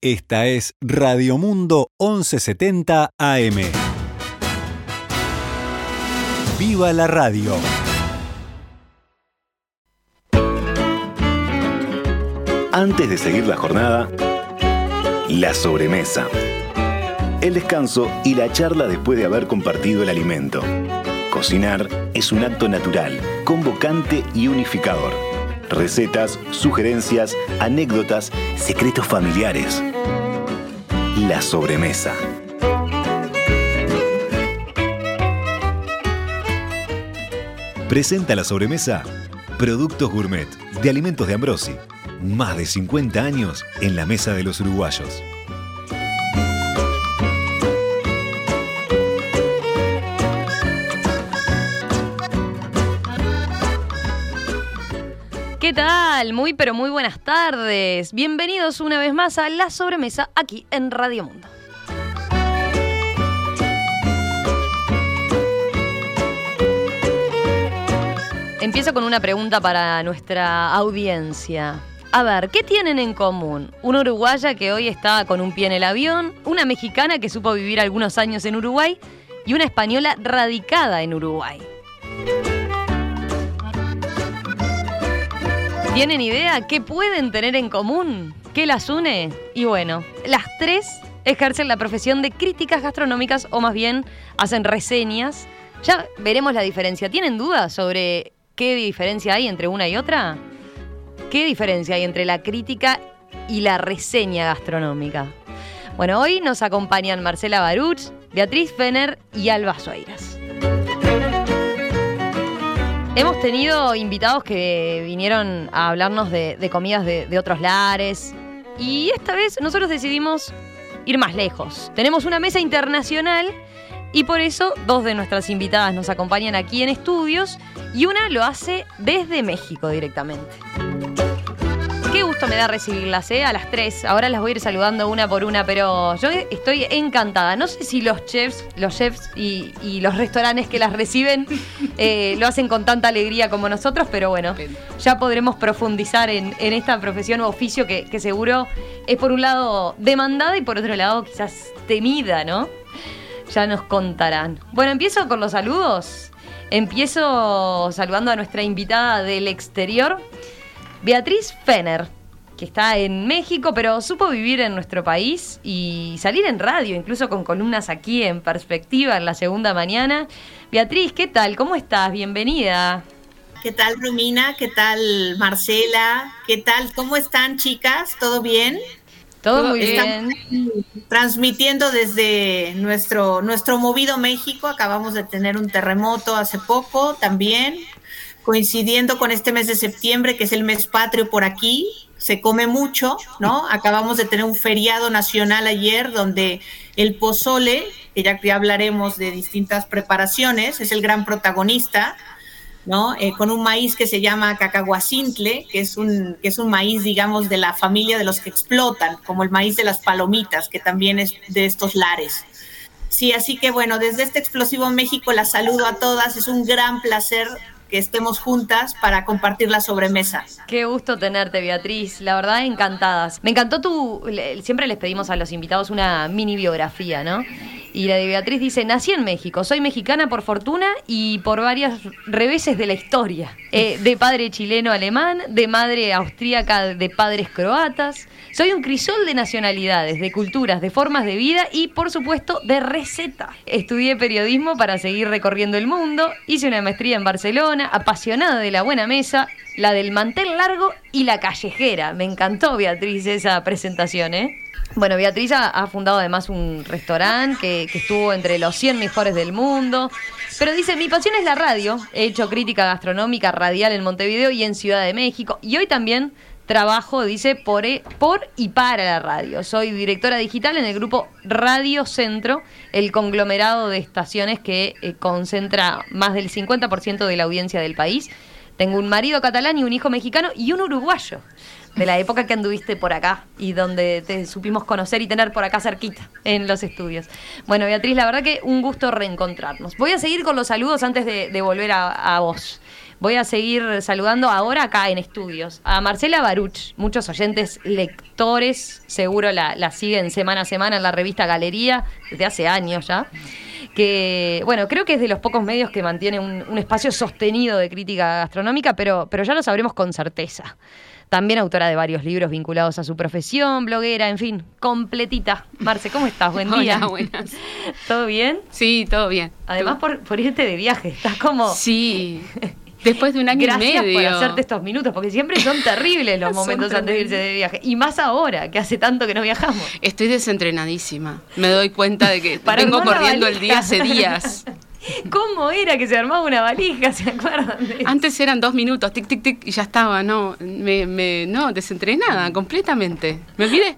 Esta es Radio Mundo 1170 AM. ¡Viva la radio! Antes de seguir la jornada, la sobremesa. El descanso y la charla después de haber compartido el alimento. Cocinar es un acto natural, convocante y unificador. Recetas, sugerencias, anécdotas, secretos familiares. La sobremesa. Presenta la sobremesa Productos Gourmet de Alimentos de Ambrosi. Más de 50 años en la mesa de los uruguayos. ¿Qué tal? Muy pero muy buenas tardes. Bienvenidos una vez más a La Sobremesa aquí en Radio Mundo. Empiezo con una pregunta para nuestra audiencia. A ver, ¿qué tienen en común? Una uruguaya que hoy está con un pie en el avión, una mexicana que supo vivir algunos años en Uruguay y una española radicada en Uruguay. ¿Tienen idea qué pueden tener en común? ¿Qué las une? Y bueno, las tres ejercen la profesión de críticas gastronómicas o más bien hacen reseñas. Ya veremos la diferencia. ¿Tienen dudas sobre qué diferencia hay entre una y otra? ¿Qué diferencia hay entre la crítica y la reseña gastronómica? Bueno, hoy nos acompañan Marcela Baruch, Beatriz Fenner y Alba Sueiras. Hemos tenido invitados que vinieron a hablarnos de comidas de otros lares y esta vez nosotros decidimos ir más lejos. Tenemos una mesa internacional y por eso dos de nuestras invitadas nos acompañan aquí en estudios y una lo hace desde México directamente. Qué gusto me da recibirlas, a las tres. Ahora las voy a ir saludando una por una, pero yo estoy encantada. No sé si los chefs y los restaurantes que las reciben lo hacen con tanta alegría como nosotros, pero bueno, ya podremos profundizar en esta profesión o oficio que seguro es por un lado demandada y por otro lado quizás temida, ¿no? Ya nos contarán. Bueno, empiezo con los saludos. Empiezo saludando a nuestra invitada del exterior, Beatriz Fenner, que está en México, pero supo vivir en nuestro país y salir en radio, incluso con columnas aquí en Perspectiva en la segunda mañana. Beatriz, ¿qué tal? ¿Cómo estás? Bienvenida. ¿Qué tal, Romina? ¿Qué tal, Marcela? ¿Qué tal? ¿Cómo están, chicas? ¿Todo bien? Todo muy bien. Transmitiendo desde nuestro movido México. Acabamos de tener un terremoto hace poco también, coincidiendo con este mes de septiembre, que es el mes patrio por aquí. Se come mucho, ¿no? Acabamos de tener un feriado nacional ayer donde el pozole, que ya hablaremos de distintas preparaciones, es el gran protagonista, ¿no? Con un maíz que se llama cacahuacintle, que es un maíz, digamos, de la familia de los que explotan, como el maíz de las palomitas, que también es de estos lares. Sí, así que bueno, desde este explosivo México las saludo a todas. Es un gran placer que estemos juntas para compartir la sobremesa. Qué gusto tenerte, Beatriz. La verdad, encantadas. Me encantó siempre les pedimos a los invitados una mini biografía, ¿no? Y la de Beatriz dice: nací en México, soy mexicana por fortuna y por varias reveses de la historia. De padre chileno-alemán, de madre austríaca, de padres croatas. Soy un crisol de nacionalidades, de culturas, de formas de vida y, por supuesto, de receta. Estudié periodismo para seguir recorriendo el mundo, hice una maestría en Barcelona, apasionada de la buena mesa, la del mantel largo y la callejera. Me encantó, Beatriz, esa presentación, ¿eh? Bueno, Beatriz ha fundado además un restaurante que estuvo entre los 100 mejores del mundo. Pero dice: mi pasión es la radio. He hecho crítica gastronómica radial en Montevideo y en Ciudad de México. Y hoy también trabajo, dice, por y para la radio. Soy directora digital en el grupo Radio Centro, el conglomerado de estaciones que concentra más del 50% de la audiencia del país. Tengo un marido catalán y un hijo mexicano y un uruguayo, de la época que anduviste por acá y donde te supimos conocer y tener por acá cerquita en los estudios. Bueno, Beatriz, la verdad que un gusto reencontrarnos. Voy a seguir con los saludos antes de volver a vos. Voy a seguir saludando ahora acá en estudios a Marcela Baruch, muchos oyentes lectores, seguro la siguen semana a semana en la revista Galería, desde hace años ya, que, bueno, creo que es de los pocos medios que mantiene un espacio sostenido de crítica gastronómica, pero ya lo sabremos con certeza. También autora de varios libros vinculados a su profesión, bloguera, en fin, completita. Marce, ¿cómo estás? Buen día. Hola, buenas. ¿Todo bien? Sí, todo bien. Además, por irte de viaje, estás como... Sí, después de un año y medio. Gracias por hacerte estos minutos, porque siempre son terribles los momentos antes de irse de viaje. Y más ahora, que hace tanto que no viajamos. Estoy desentrenadísima. Me doy cuenta de que vengo corriendo el día hace días. ¿Cómo era que se armaba una valija? ¿Se acuerdan de eso? Antes eran 2 minutos, tic, tic, tic, y ya estaba. No, no, desentrenada completamente. ¿Me olvidé?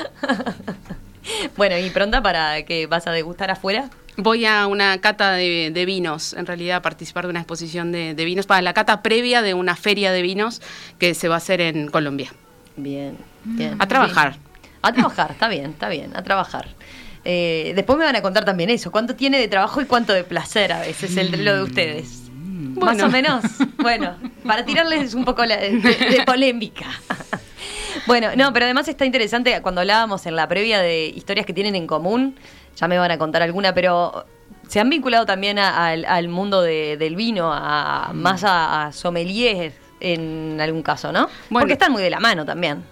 Bueno, ¿y pronta para que vas a degustar afuera? Voy a una cata de vinos, en realidad a participar de una exposición de vinos, para la cata previa de una feria de vinos que se va a hacer en Colombia. Bien, bien. A trabajar. Bien. A trabajar, está bien, a trabajar. Después me van a contar también eso, cuánto tiene de trabajo y cuánto de placer a veces lo de ustedes. Bueno. Más o menos. Bueno, para tirarles un poco de polémica. Bueno, no, pero además está interesante cuando hablábamos en la previa de historias que tienen en común, ya me van a contar alguna, pero se han vinculado también al mundo del vino, más a sommeliers en algún caso, ¿no? Bueno, porque están muy de la mano también.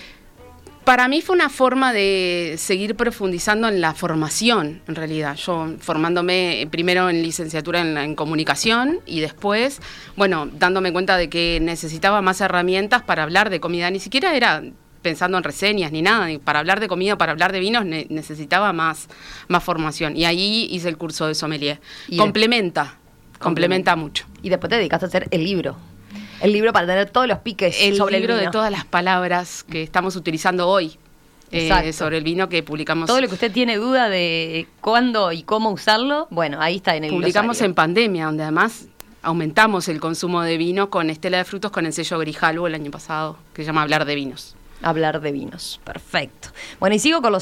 Para mí fue una forma de seguir profundizando en la formación, en realidad. Yo formándome primero en licenciatura en comunicación y después, bueno, dándome cuenta de que necesitaba más herramientas para hablar de comida. Ni siquiera era pensando en reseñas ni nada. Para hablar de comida, para hablar de vinos, necesitaba más formación. Y ahí hice el curso de sommelier. Complementa mucho. Y después te dedicaste a hacer el libro. El libro para tener todos los piques sobre el vino. El libro de todas las palabras que estamos utilizando hoy sobre el vino que publicamos. Todo lo que usted tiene duda de cuándo y cómo usarlo, bueno, ahí está en el Publicamos glosario. En pandemia, donde además aumentamos el consumo de vino con Estela de Frutos, con el sello Grijalvo el año pasado, que se llama Hablar de Vinos. Hablar de vinos, perfecto. Bueno, y sigo con los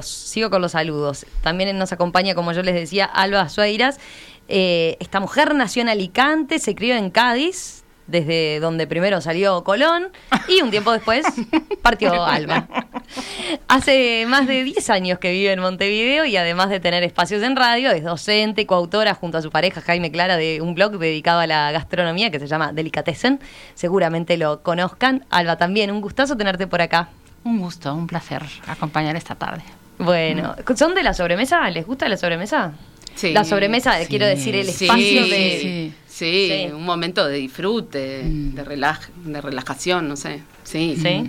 saludos. También nos acompaña, como yo les decía, Alba Sueiras. Esta mujer nació en Alicante, se crió en Cádiz, desde donde primero salió Colón, y un tiempo después partió Alba. Hace más de 10 años que vive en Montevideo y además de tener espacios en radio, es docente, coautora junto a su pareja Jaime Clara de un blog dedicado a la gastronomía que se llama Delicatessen. Seguramente lo conozcan. Alba, también un gustazo tenerte por acá. Un gusto, un placer acompañar esta tarde. Bueno, ¿son de la sobremesa? ¿Les gusta la sobremesa? Sí. La sobremesa, Sí, quiero decir, el sí, espacio de... Sí, un momento de disfrute, de relajación, no sé. Sí. ¿Sí?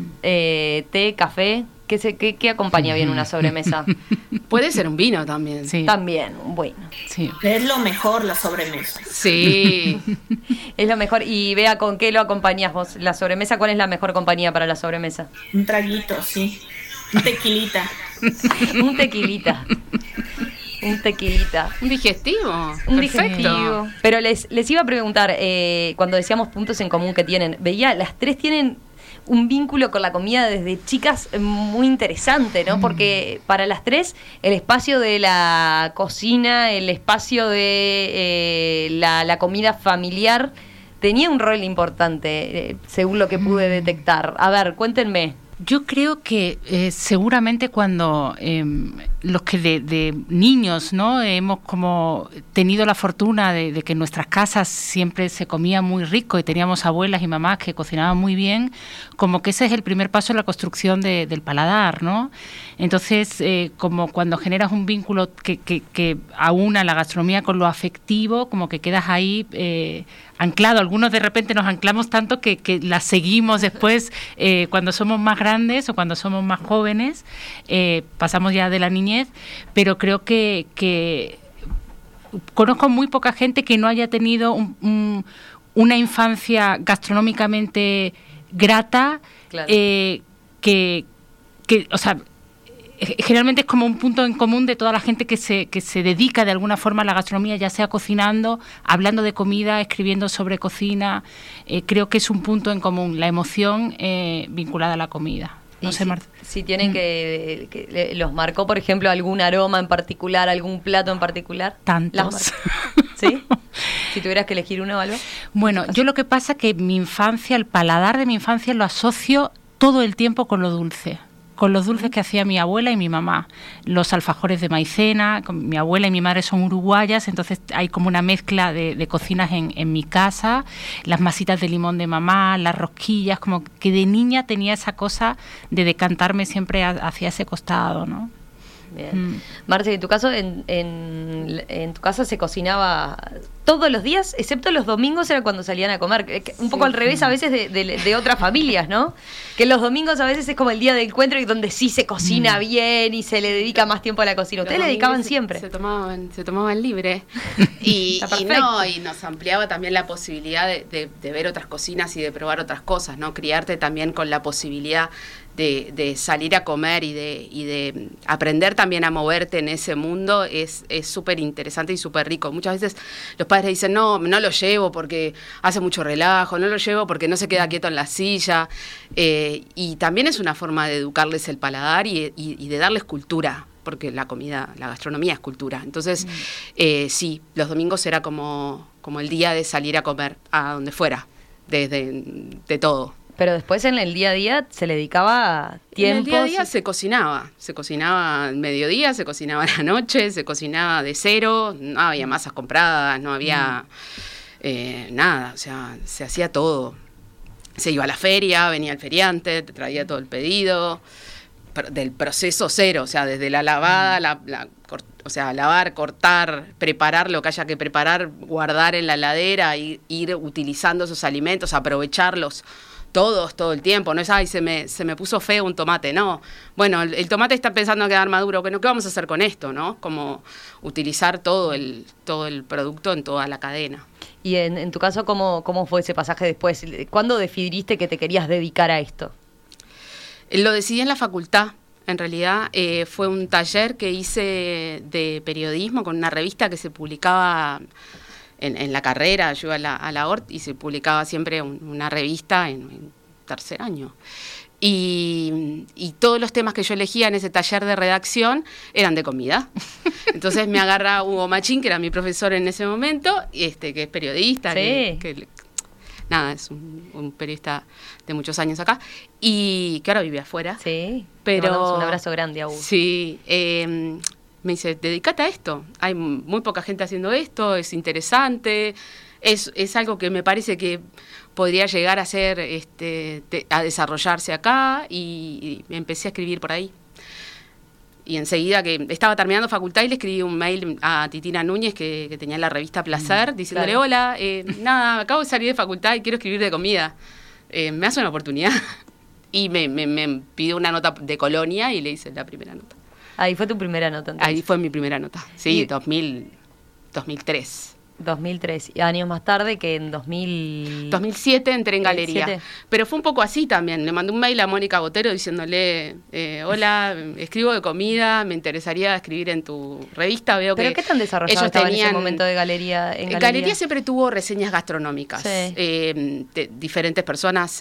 Té, café, ¿qué acompaña bien una sobremesa? Puede ser un vino también. Sí. También, bueno. Sí. Es lo mejor la sobremesa. Sí. Es lo mejor. Y vea con qué lo acompañás vos. La sobremesa, ¿cuál es la mejor compañía para la sobremesa? Un traguito, sí. Un tequilita. Un tequilita. Un tequilita. Un digestivo. Un Perfecto. digestivo. Pero les iba a preguntar, cuando decíamos puntos en común que tienen, veía, las tres tienen un vínculo con la comida desde chicas muy interesante, ¿no? Porque para las tres el espacio de la cocina, el espacio de la comida familiar tenía un rol importante, según lo que pude detectar. A ver, cuéntenme. Yo creo que seguramente cuando los que de niños, ¿no?, hemos como tenido la fortuna de que en nuestras casas siempre se comía muy rico y teníamos abuelas y mamás que cocinaban muy bien, como que ese es el primer paso en la construcción del paladar, ¿no? Entonces, como cuando generas un vínculo que aúna la gastronomía con lo afectivo, como que quedas ahí anclado. Algunos de repente nos anclamos tanto que la seguimos después cuando somos más grandes o cuando somos más jóvenes, pasamos ya de la niñez, pero creo que conozco muy poca gente que no haya tenido una infancia gastronómicamente grata, Claro. O sea, generalmente es como un punto en común de toda la gente que se dedica de alguna forma a la gastronomía, ya sea cocinando, hablando de comida, escribiendo sobre cocina. Creo que es un punto en común, la emoción vinculada a la comida. No sé, Marta. Si tienen que los marcó, por ejemplo, algún aroma en particular, algún plato en particular. Tantos. ¿Sí? Si tuvieras que elegir uno, Alba. Bueno, yo lo que pasa es que mi infancia, el paladar de mi infancia lo asocio todo el tiempo con lo dulce. Con los dulces que hacía mi abuela y mi mamá, los alfajores de maicena. Mi abuela y mi madre son uruguayas, entonces hay como una mezcla de cocinas en mi casa, las masitas de limón de mamá, las rosquillas, como que de niña tenía esa cosa de decantarme siempre hacia ese costado, ¿no? Bien. Marce, en tu caso, en tu casa se cocinaba todos los días, excepto los domingos era cuando salían a comer. Un poco al revés a veces de otras familias, ¿no? Que los domingos a veces es como el día de encuentro y donde sí se cocina bien y se le dedica más tiempo a la cocina. Ustedes le dedicaban siempre. Se tomaban libre. Y nos ampliaba también la posibilidad de ver otras cocinas y de probar otras cosas, ¿no? Criarte también con la posibilidad de salir a comer y de aprender también a moverte en ese mundo es súper interesante y súper rico. Muchas veces los padres dicen, no lo llevo porque hace mucho relajo, no lo llevo porque no se queda quieto en la silla. Y también es una forma de educarles el paladar y de darles cultura, porque la gastronomía es cultura. Entonces, sí, los domingos era como el día de salir a comer a donde fuera, de todo. Pero después en el día a día se le dedicaba tiempo. En el día a día se cocinaba al mediodía, se cocinaba a la noche, se cocinaba de cero, no había masas compradas, no había nada, o sea, se hacía todo. Se iba a la feria, venía el feriante, te traía todo el pedido, del proceso cero, o sea, desde la lavada, lavar, cortar, preparar lo que haya que preparar, guardar en la heladera, ir utilizando esos alimentos, aprovecharlos todos, todo el tiempo. No es, se me puso feo un tomate, no. Bueno, el tomate está pensando en quedar maduro, ¿qué vamos a hacer con esto, no? Como utilizar todo el producto en toda la cadena. Y en tu caso, ¿cómo fue ese pasaje después? ¿Cuándo decidiste que te querías dedicar a esto? Lo decidí en la facultad. En realidad fue un taller que hice de periodismo con una revista que se publicaba en la carrera. Yo iba a la ORT y se publicaba siempre una revista en tercer año. Y todos los temas que yo elegía en ese taller de redacción eran de comida. Entonces me agarra Hugo Machín, que era mi profesor en ese momento, que es periodista, sí. Nada, es un periodista de muchos años acá, y que ahora vive afuera. Sí, pero te mandamos un abrazo grande a Hugo. Sí, me dice, dedícate a esto, hay muy poca gente haciendo esto, es interesante, es algo que me parece que podría llegar a ser, a desarrollarse acá, y empecé a escribir por ahí. Y enseguida que estaba terminando facultad y le escribí un mail a Titina Núñez, que tenía la revista Placer, diciéndole, claro. Hola, nada, acabo de salir de facultad y quiero escribir de comida. ¿Me hace una oportunidad? Y me pidió una nota de Colonia y le hice la primera nota. Ahí fue tu primera nota, entonces. Ahí fue mi primera nota, sí, 2003. 2003, y años más tarde que en 2007 entré en Galería. Pero fue un poco así también. Le mandé un mail a Mónica Botero diciéndole, hola, escribo de comida, me interesaría escribir en tu revista. Veo ¿Pero que qué tan desarrollado estaba en ese momento de Galería? En Galería siempre tuvo reseñas gastronómicas. Sí. Diferentes personas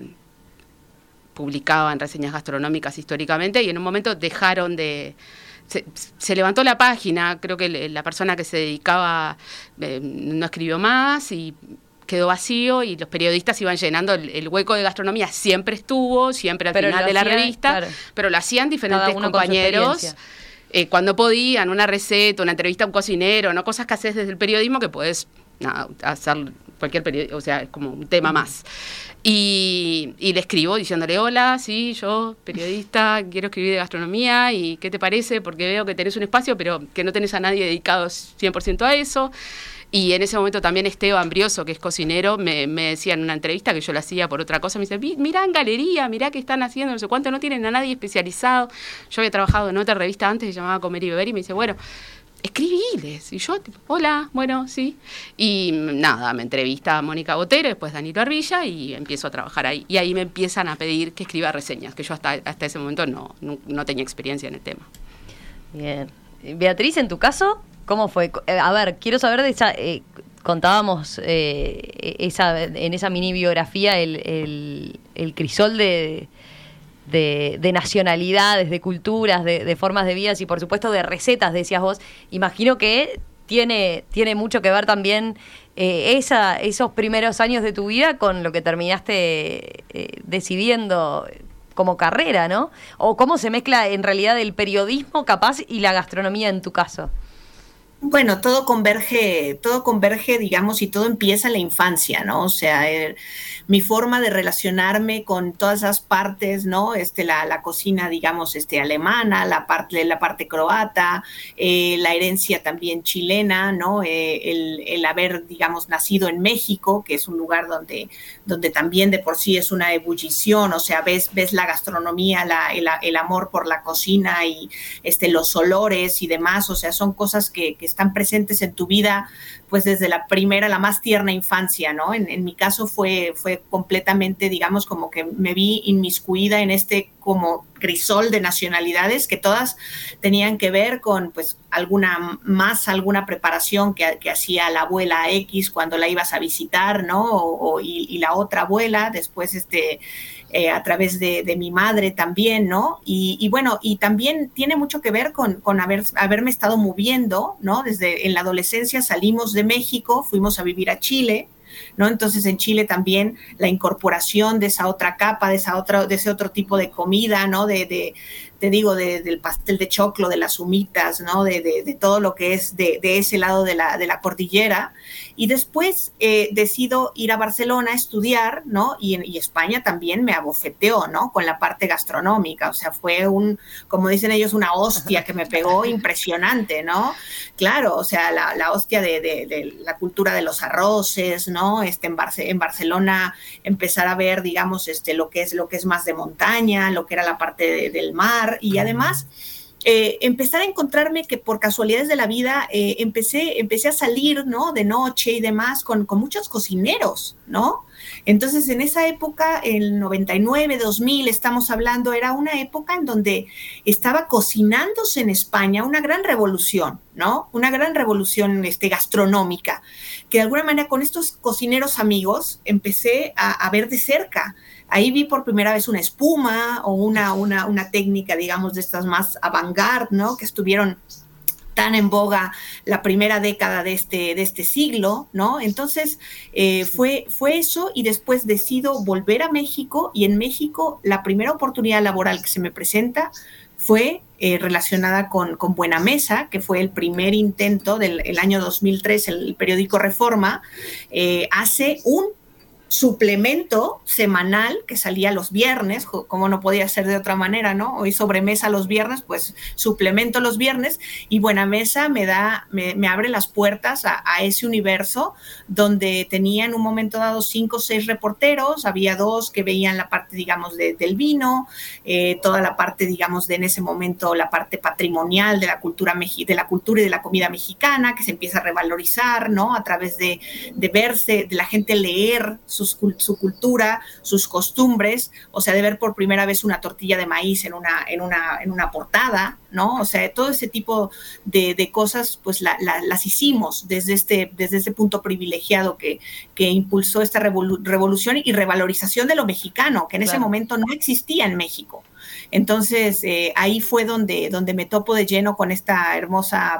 publicaban reseñas gastronómicas históricamente y en un momento dejaron de... Se levantó la página, creo que la persona que se dedicaba no escribió más y quedó vacío y los periodistas iban llenando el hueco de gastronomía. Siempre estuvo, siempre al final de la revista, claro. Pero lo hacían diferentes compañeros cuando podían, una receta, una entrevista a un cocinero, no cosas que haces desde el periodismo que puedes hacer cualquier periodista, o sea, es como un tema más. Y le escribo diciéndole, hola, sí, yo, periodista, quiero escribir de gastronomía, ¿y qué te parece? Porque veo que tenés un espacio, pero que no tenés a nadie dedicado 100% a eso. Y en ese momento también Esteban Brioso, que es cocinero, me decía en una entrevista que yo la hacía por otra cosa, me dice, mirá en Galería, mirá qué están haciendo, no sé cuánto, no tienen a nadie especializado. Yo había trabajado en otra revista antes que se llamaba Comer y Beber, y me dice, bueno, escribiles. Y yo, hola, bueno, sí. Y nada, me entrevista a Mónica Botero, después Danilo Arbilla, y empiezo a trabajar ahí. Y ahí me empiezan a pedir que escriba reseñas, que yo hasta ese momento no tenía experiencia en el tema. Bien. Beatriz, en tu caso, ¿cómo fue? A ver, quiero saber de esa... contábamos en esa mini biografía el crisol de nacionalidades, de culturas, de formas de vidas y por supuesto de recetas, decías vos. Imagino que tiene mucho que ver también esos primeros años de tu vida con lo que terminaste decidiendo como carrera, ¿no? O cómo se mezcla en realidad el periodismo capaz y la gastronomía en tu caso. Bueno, todo converge, digamos, y todo empieza en la infancia, ¿no? O sea, mi forma de relacionarme con todas esas partes, ¿no? La cocina, digamos, alemana, la parte croata, la herencia también chilena, ¿no? El haber, digamos, nacido en México, que es un lugar donde también de por sí es una ebullición, o sea, ves la gastronomía, el amor por la cocina y los olores y demás, o sea, son cosas que están presentes en tu vida, pues desde la más tierna infancia, ¿no? En mi caso fue completamente, digamos, como que me vi inmiscuida en como crisol de nacionalidades que todas tenían que ver con, pues, alguna preparación que hacía la abuela X cuando la ibas a visitar, ¿no? Y la otra abuela, después a través de mi madre también, ¿no? Y bueno, y también tiene mucho que ver con haberme estado moviendo, ¿no? Desde en la adolescencia salimos de México, fuimos a vivir a Chile, ¿no? Entonces en Chile también la incorporación de esa otra capa, de ese otro tipo de comida, ¿no? Te digo, del pastel de choclo, de las humitas, ¿no? De todo lo que es de ese lado de la cordillera. Y después decido ir a Barcelona a estudiar, ¿no? Y España también me abofeteó, ¿no? Con la parte gastronómica. O sea, fue como dicen ellos, una hostia que me pegó impresionante, ¿no? Claro, o sea, la hostia de la cultura de los arroces, ¿no? En Barcelona empezar a ver, digamos, lo que es más de montaña, lo que era la parte del mar. Y además empezar a encontrarme que por casualidades de la vida empecé a salir, ¿no? De noche y demás con muchos cocineros, ¿no? Entonces en esa época, el 99, 2000 estamos hablando, era una época en donde estaba cocinándose en España una gran revolución, ¿no? Una gran revolución gastronómica, que de alguna manera con estos cocineros amigos empecé a ver de cerca. Ahí vi por primera vez una espuma o una técnica, digamos, de estas más avant-garde, ¿no? Que estuvieron tan en boga la primera década de este siglo, ¿no? Entonces fue eso, y después decido volver a México, y en México la primera oportunidad laboral que se me presenta fue relacionada con Buena Mesa, que fue el primer intento del año 2003, el periódico Reforma, hace un suplemento semanal que salía los viernes, como no podía ser de otra manera, ¿no? Hoy sobremesa los viernes, pues suplemento los viernes, y Buena Mesa me abre las puertas a ese universo donde tenía en un momento dado 5 o 6 reporteros, había 2 que veían la parte, digamos, del vino, toda la parte, digamos, en ese momento la parte patrimonial de la cultura y de la comida mexicana, que se empieza a revalorizar, ¿no? A través de verse, de la gente leer su cultura, sus costumbres, o sea, de ver por primera vez una tortilla de maíz en una portada, ¿no? O sea, todo ese tipo de cosas, pues las hicimos desde este punto privilegiado que impulsó esta revolución y revalorización de lo mexicano, que en ese momento no existía en México. Entonces, ahí fue donde me topo de lleno con esta hermosa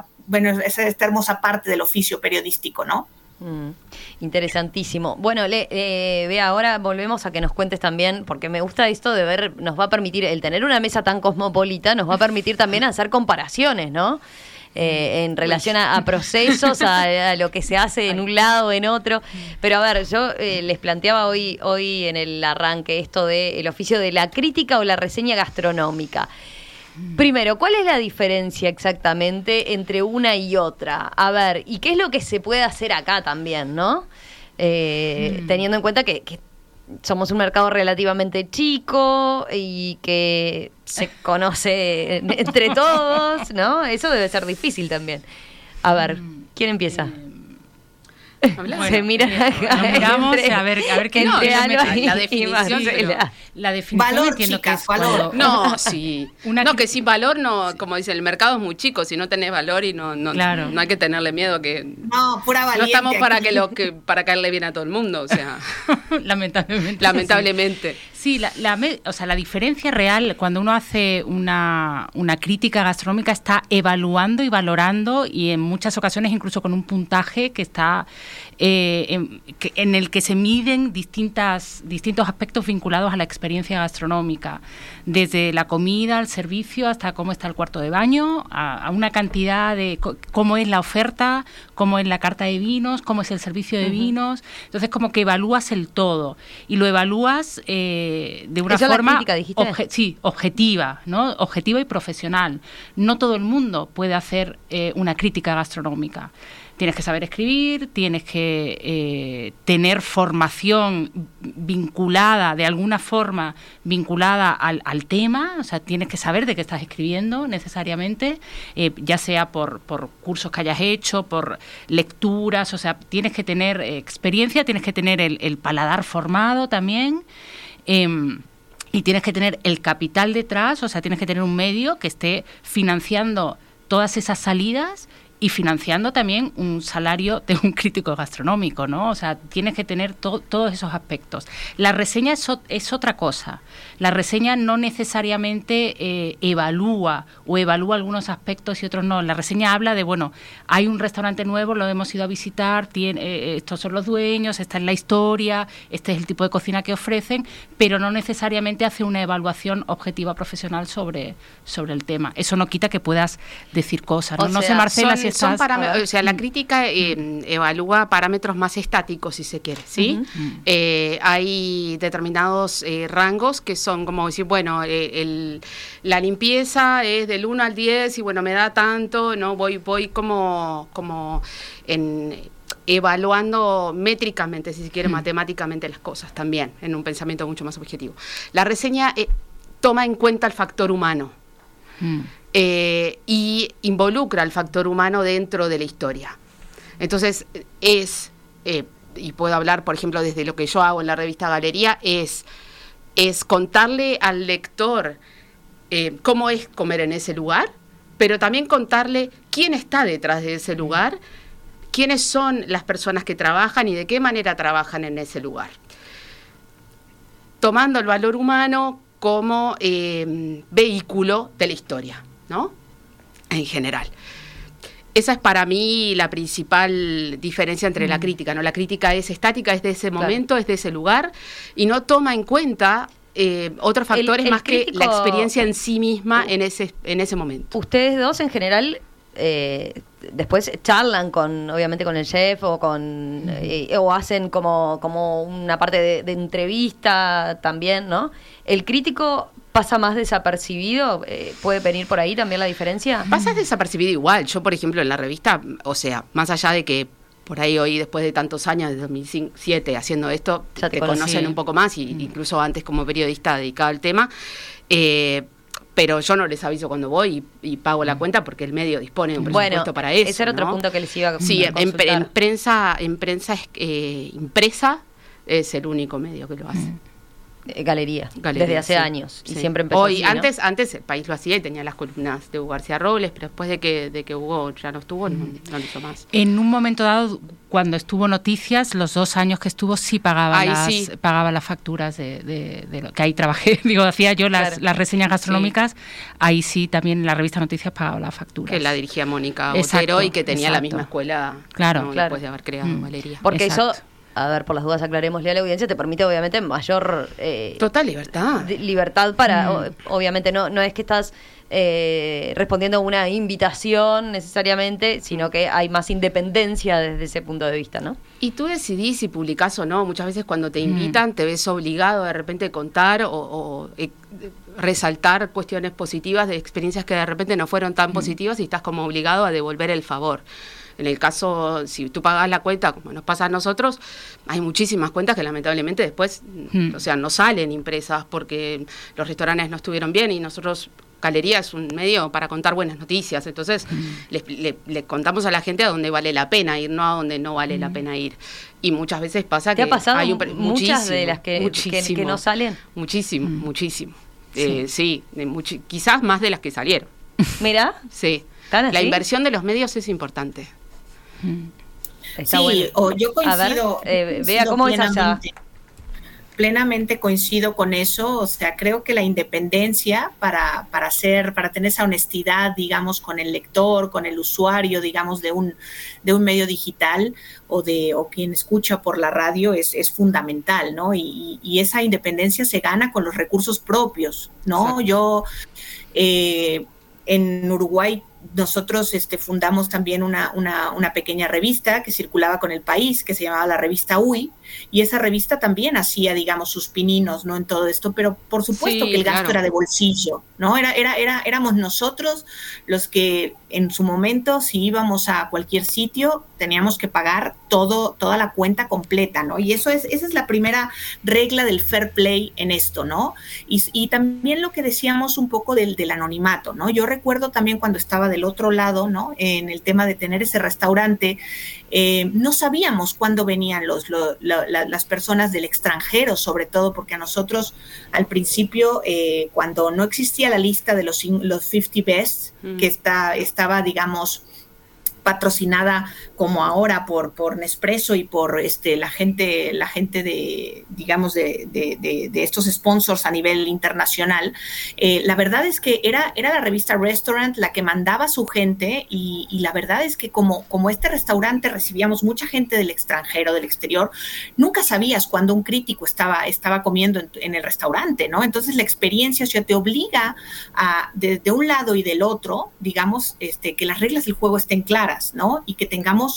parte del oficio periodístico, ¿no? Interesantísimo. Bueno, Bea, ahora volvemos a que nos cuentes también, porque me gusta esto de ver, nos va a permitir, el tener una mesa tan cosmopolita, nos va a permitir también hacer comparaciones, ¿no? En relación a procesos, a lo que se hace en un lado o en otro. Pero a ver, yo les planteaba hoy en el arranque esto del oficio de la crítica o la reseña gastronómica. Primero, ¿cuál es la diferencia exactamente entre una y otra? A ver, ¿y qué es lo que se puede hacer acá también, no? Teniendo en cuenta que somos un mercado relativamente chico y que se conoce entre todos, ¿no? Eso debe ser difícil también. A ver, ¿quién empieza? Bueno, se mira miramos a ver qué no, la definición. La definición valor, entiendo chicas, que es valor. No, sí. Que sin valor no, como dicen, el mercado es muy chico, si no tenés valor y no hay que tenerle miedo que no, pura valiente. No estamos para caerle bien a todo el mundo, o sea, lamentablemente. Lamentablemente. Sí, la diferencia real cuando uno hace una crítica gastronómica está evaluando y valorando, y en muchas ocasiones incluso con un puntaje que está en el que se miden distintos aspectos vinculados a la experiencia gastronómica, desde la comida, al servicio, hasta cómo está el cuarto de baño, a una cantidad de cómo es la oferta, cómo es la carta de vinos, cómo es el servicio de vinos. Entonces, como que evalúas el todo y lo evalúas de una forma objetiva, ¿no? Objetiva y profesional. No todo el mundo puede hacer una crítica gastronómica. Tienes que saber escribir, tienes que tener formación vinculada, de alguna forma, vinculada al tema, o sea, tienes que saber de qué estás escribiendo necesariamente, ya sea por cursos que hayas hecho, por lecturas, o sea, tienes que tener experiencia, tienes que tener el paladar formado también, y tienes que tener el capital detrás, o sea, tienes que tener un medio que esté financiando todas esas salidas y financiando también un salario de un crítico gastronómico, ¿no? O sea, tienes que tener todos esos aspectos. La reseña es otra cosa. La reseña no necesariamente evalúa algunos aspectos y otros no. La reseña habla de, bueno, hay un restaurante nuevo, lo hemos ido a visitar, estos son los dueños, esta es la historia, este es el tipo de cocina que ofrecen, pero no necesariamente hace una evaluación objetiva profesional sobre el tema. Eso no quita que puedas decir cosas, ¿no? No sé, Marcela, si estás... O sea, la crítica evalúa parámetros más estáticos, si se quiere, ¿sí? Hay determinados rangos que son como decir, bueno, la limpieza es del 1 al 10 y bueno, me da tanto, ¿no? Voy como evaluando métricamente, si se quiere, matemáticamente las cosas también, en un pensamiento mucho más objetivo. La reseña toma en cuenta el factor humano. Y involucra al factor humano dentro de la historia. Entonces, y puedo hablar, por ejemplo, desde lo que yo hago en la revista Galería, es contarle al lector cómo es comer en ese lugar, pero también contarle quién está detrás de ese lugar, quiénes son las personas que trabajan y de qué manera trabajan en ese lugar. Tomando el valor humano como vehículo de la historia, ¿no? En general. Esa es para mí la principal diferencia entre la crítica, ¿no? La crítica es estática, es de ese momento, es de ese lugar, y no toma en cuenta otros factores más crítico, que la experiencia en sí misma en ese momento. Ustedes dos, en general, después charlan obviamente con el chef o hacen como una parte de entrevista también, ¿no? ¿El crítico pasa más desapercibido? ¿Puede venir por ahí también la diferencia? Pasa desapercibido igual. Yo, por ejemplo, en la revista, o sea, más allá de que por ahí hoy, después de tantos años, desde 2007, haciendo esto, ya te conocen un poco más, y incluso antes como periodista dedicado al tema, pero yo no les aviso cuando voy y pago la cuenta porque el medio dispone de un presupuesto para eso. Ese era otro punto que les iba a consultar. Sí, en prensa impresa es el único medio que lo hace. Galería, desde hace años, y siempre empezó hoy, así, ¿no? Antes el País lo hacía y tenía las columnas de Hugo García Robles, pero después de que Hugo ya no estuvo, no lo hizo más. En un momento dado, cuando estuvo Noticias, los 2 años que estuvo, sí pagaba las facturas de lo que ahí trabajé. Digo, hacía yo las reseñas gastronómicas, ahí sí también la revista Noticias pagaba las facturas. Que la dirigía Mónica Botero y que tenía la misma escuela, claro, después de haber creado Galería. Porque eso... A ver, por las dudas aclarémosle a la audiencia, te permite obviamente mayor... total libertad. Libertad para... obviamente no es que estás respondiendo a una invitación necesariamente, sino que hay más independencia desde ese punto de vista, ¿no? Y tú decidís si publicás o no. Muchas veces cuando te invitan te ves obligado de repente a contar o resaltar cuestiones positivas de experiencias que de repente no fueron tan positivas y estás como obligado a devolver el favor. En el caso, si tú pagas la cuenta, como nos pasa a nosotros, hay muchísimas cuentas que lamentablemente después, o sea, no salen impresas porque los restaurantes no estuvieron bien y nosotros, Galería es un medio para contar buenas noticias, entonces le contamos a la gente a dónde vale la pena ir, no a donde no vale la pena ir. Y muchas veces pasa que... ¿Te ha pasado hay muchas de las que no salen? Muchísimo. Sí, quizás más de las que salieron. Mira. Sí. La inversión de los medios es importante. Está bueno. Yo coincido. Vea cómo es allá. plenamente coincido con eso. O sea, creo que la independencia para tener esa honestidad, digamos, con el lector, con el usuario, digamos, de un medio digital o quien escucha por la radio es fundamental, ¿no? Y esa independencia se gana con los recursos propios, ¿no? Yo en Uruguay nosotros fundamos también una pequeña revista que circulaba con El País, que se llamaba la revista UI, y esa revista también hacía, digamos, sus pininos, ¿no?, en todo esto, pero por supuesto que el gasto era de bolsillo, ¿no? Éramos nosotros los que en su momento, si íbamos a cualquier sitio, teníamos que pagar toda la cuenta completa, ¿no? Y esa es la primera regla del fair play en esto, ¿no? Y también lo que decíamos un poco del anonimato, ¿no? Yo recuerdo también cuando estaba del otro lado, ¿no?, en el tema de tener ese restaurante, no sabíamos cuándo venían las personas del extranjero, sobre todo porque a nosotros al principio, cuando no existía la lista de los 50 Best, que estaba, digamos, patrocinada como ahora por Nespresso y por la gente de, digamos, de estos sponsors a nivel internacional, la verdad es que era la revista Restaurant la que mandaba a su gente, y la verdad es que como este restaurante recibíamos mucha gente del extranjero, del exterior, nunca sabías cuando un crítico estaba comiendo en el restaurante, ¿no? Entonces la experiencia, o sea, te obliga a, de un lado y del otro, digamos, que las reglas del juego estén claras, ¿no? Y que tengamos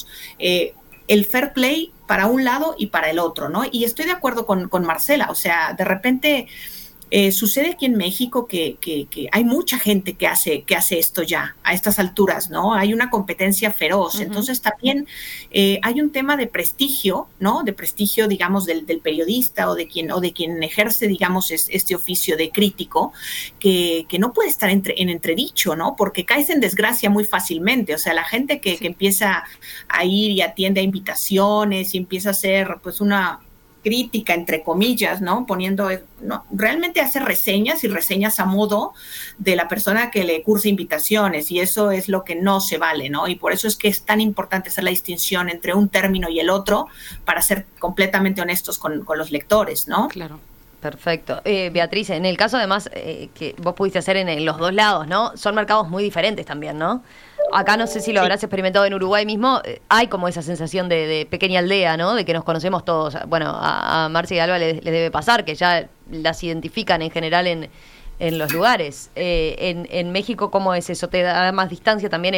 el fair play para un lado y para el otro, ¿no? Y estoy de acuerdo con Marcela, o sea, de repente sucede aquí en México que hay mucha gente que hace esto ya a estas alturas, ¿no? Hay una competencia feroz. Uh-huh. Entonces también hay un tema de prestigio, ¿no? De prestigio, digamos, del periodista o de quien ejerce, digamos, este oficio de crítico, que no puede estar en entredicho, ¿no? Porque caes en desgracia muy fácilmente. O sea, la gente que empieza a ir y atiende a invitaciones y empieza a hacer, pues, una crítica, entre comillas, ¿no? Realmente hace reseñas a modo de la persona que le cursa invitaciones, y eso es lo que no se vale, ¿no? Y por eso es que es tan importante hacer la distinción entre un término y el otro para ser completamente honestos con los lectores, ¿no? Claro. Perfecto. Beatriz, en el caso además que vos pudiste hacer en los dos lados, ¿no? Son mercados muy diferentes también, ¿no? Acá no sé si lo habrás experimentado en Uruguay mismo, hay como esa sensación de pequeña aldea, ¿no? De que nos conocemos todos. Bueno, a Marcia y Alba les debe pasar, que ya las identifican en general en los lugares. En México, ¿cómo es eso? ¿Te da más distancia también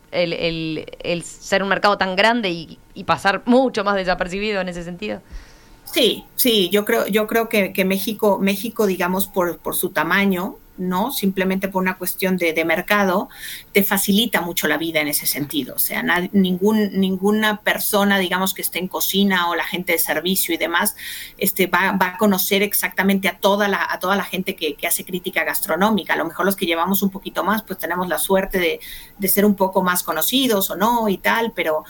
el ser un mercado tan grande y pasar mucho más desapercibido en ese sentido? Sí, yo creo que México, digamos, por su tamaño, ¿no? Simplemente por una cuestión de mercado, te facilita mucho la vida en ese sentido. O sea, ninguna persona, digamos, que esté en cocina o la gente de servicio y demás, va a conocer exactamente a toda la gente que hace crítica gastronómica. A lo mejor los que llevamos un poquito más, pues tenemos la suerte de ser un poco más conocidos o no y tal, pero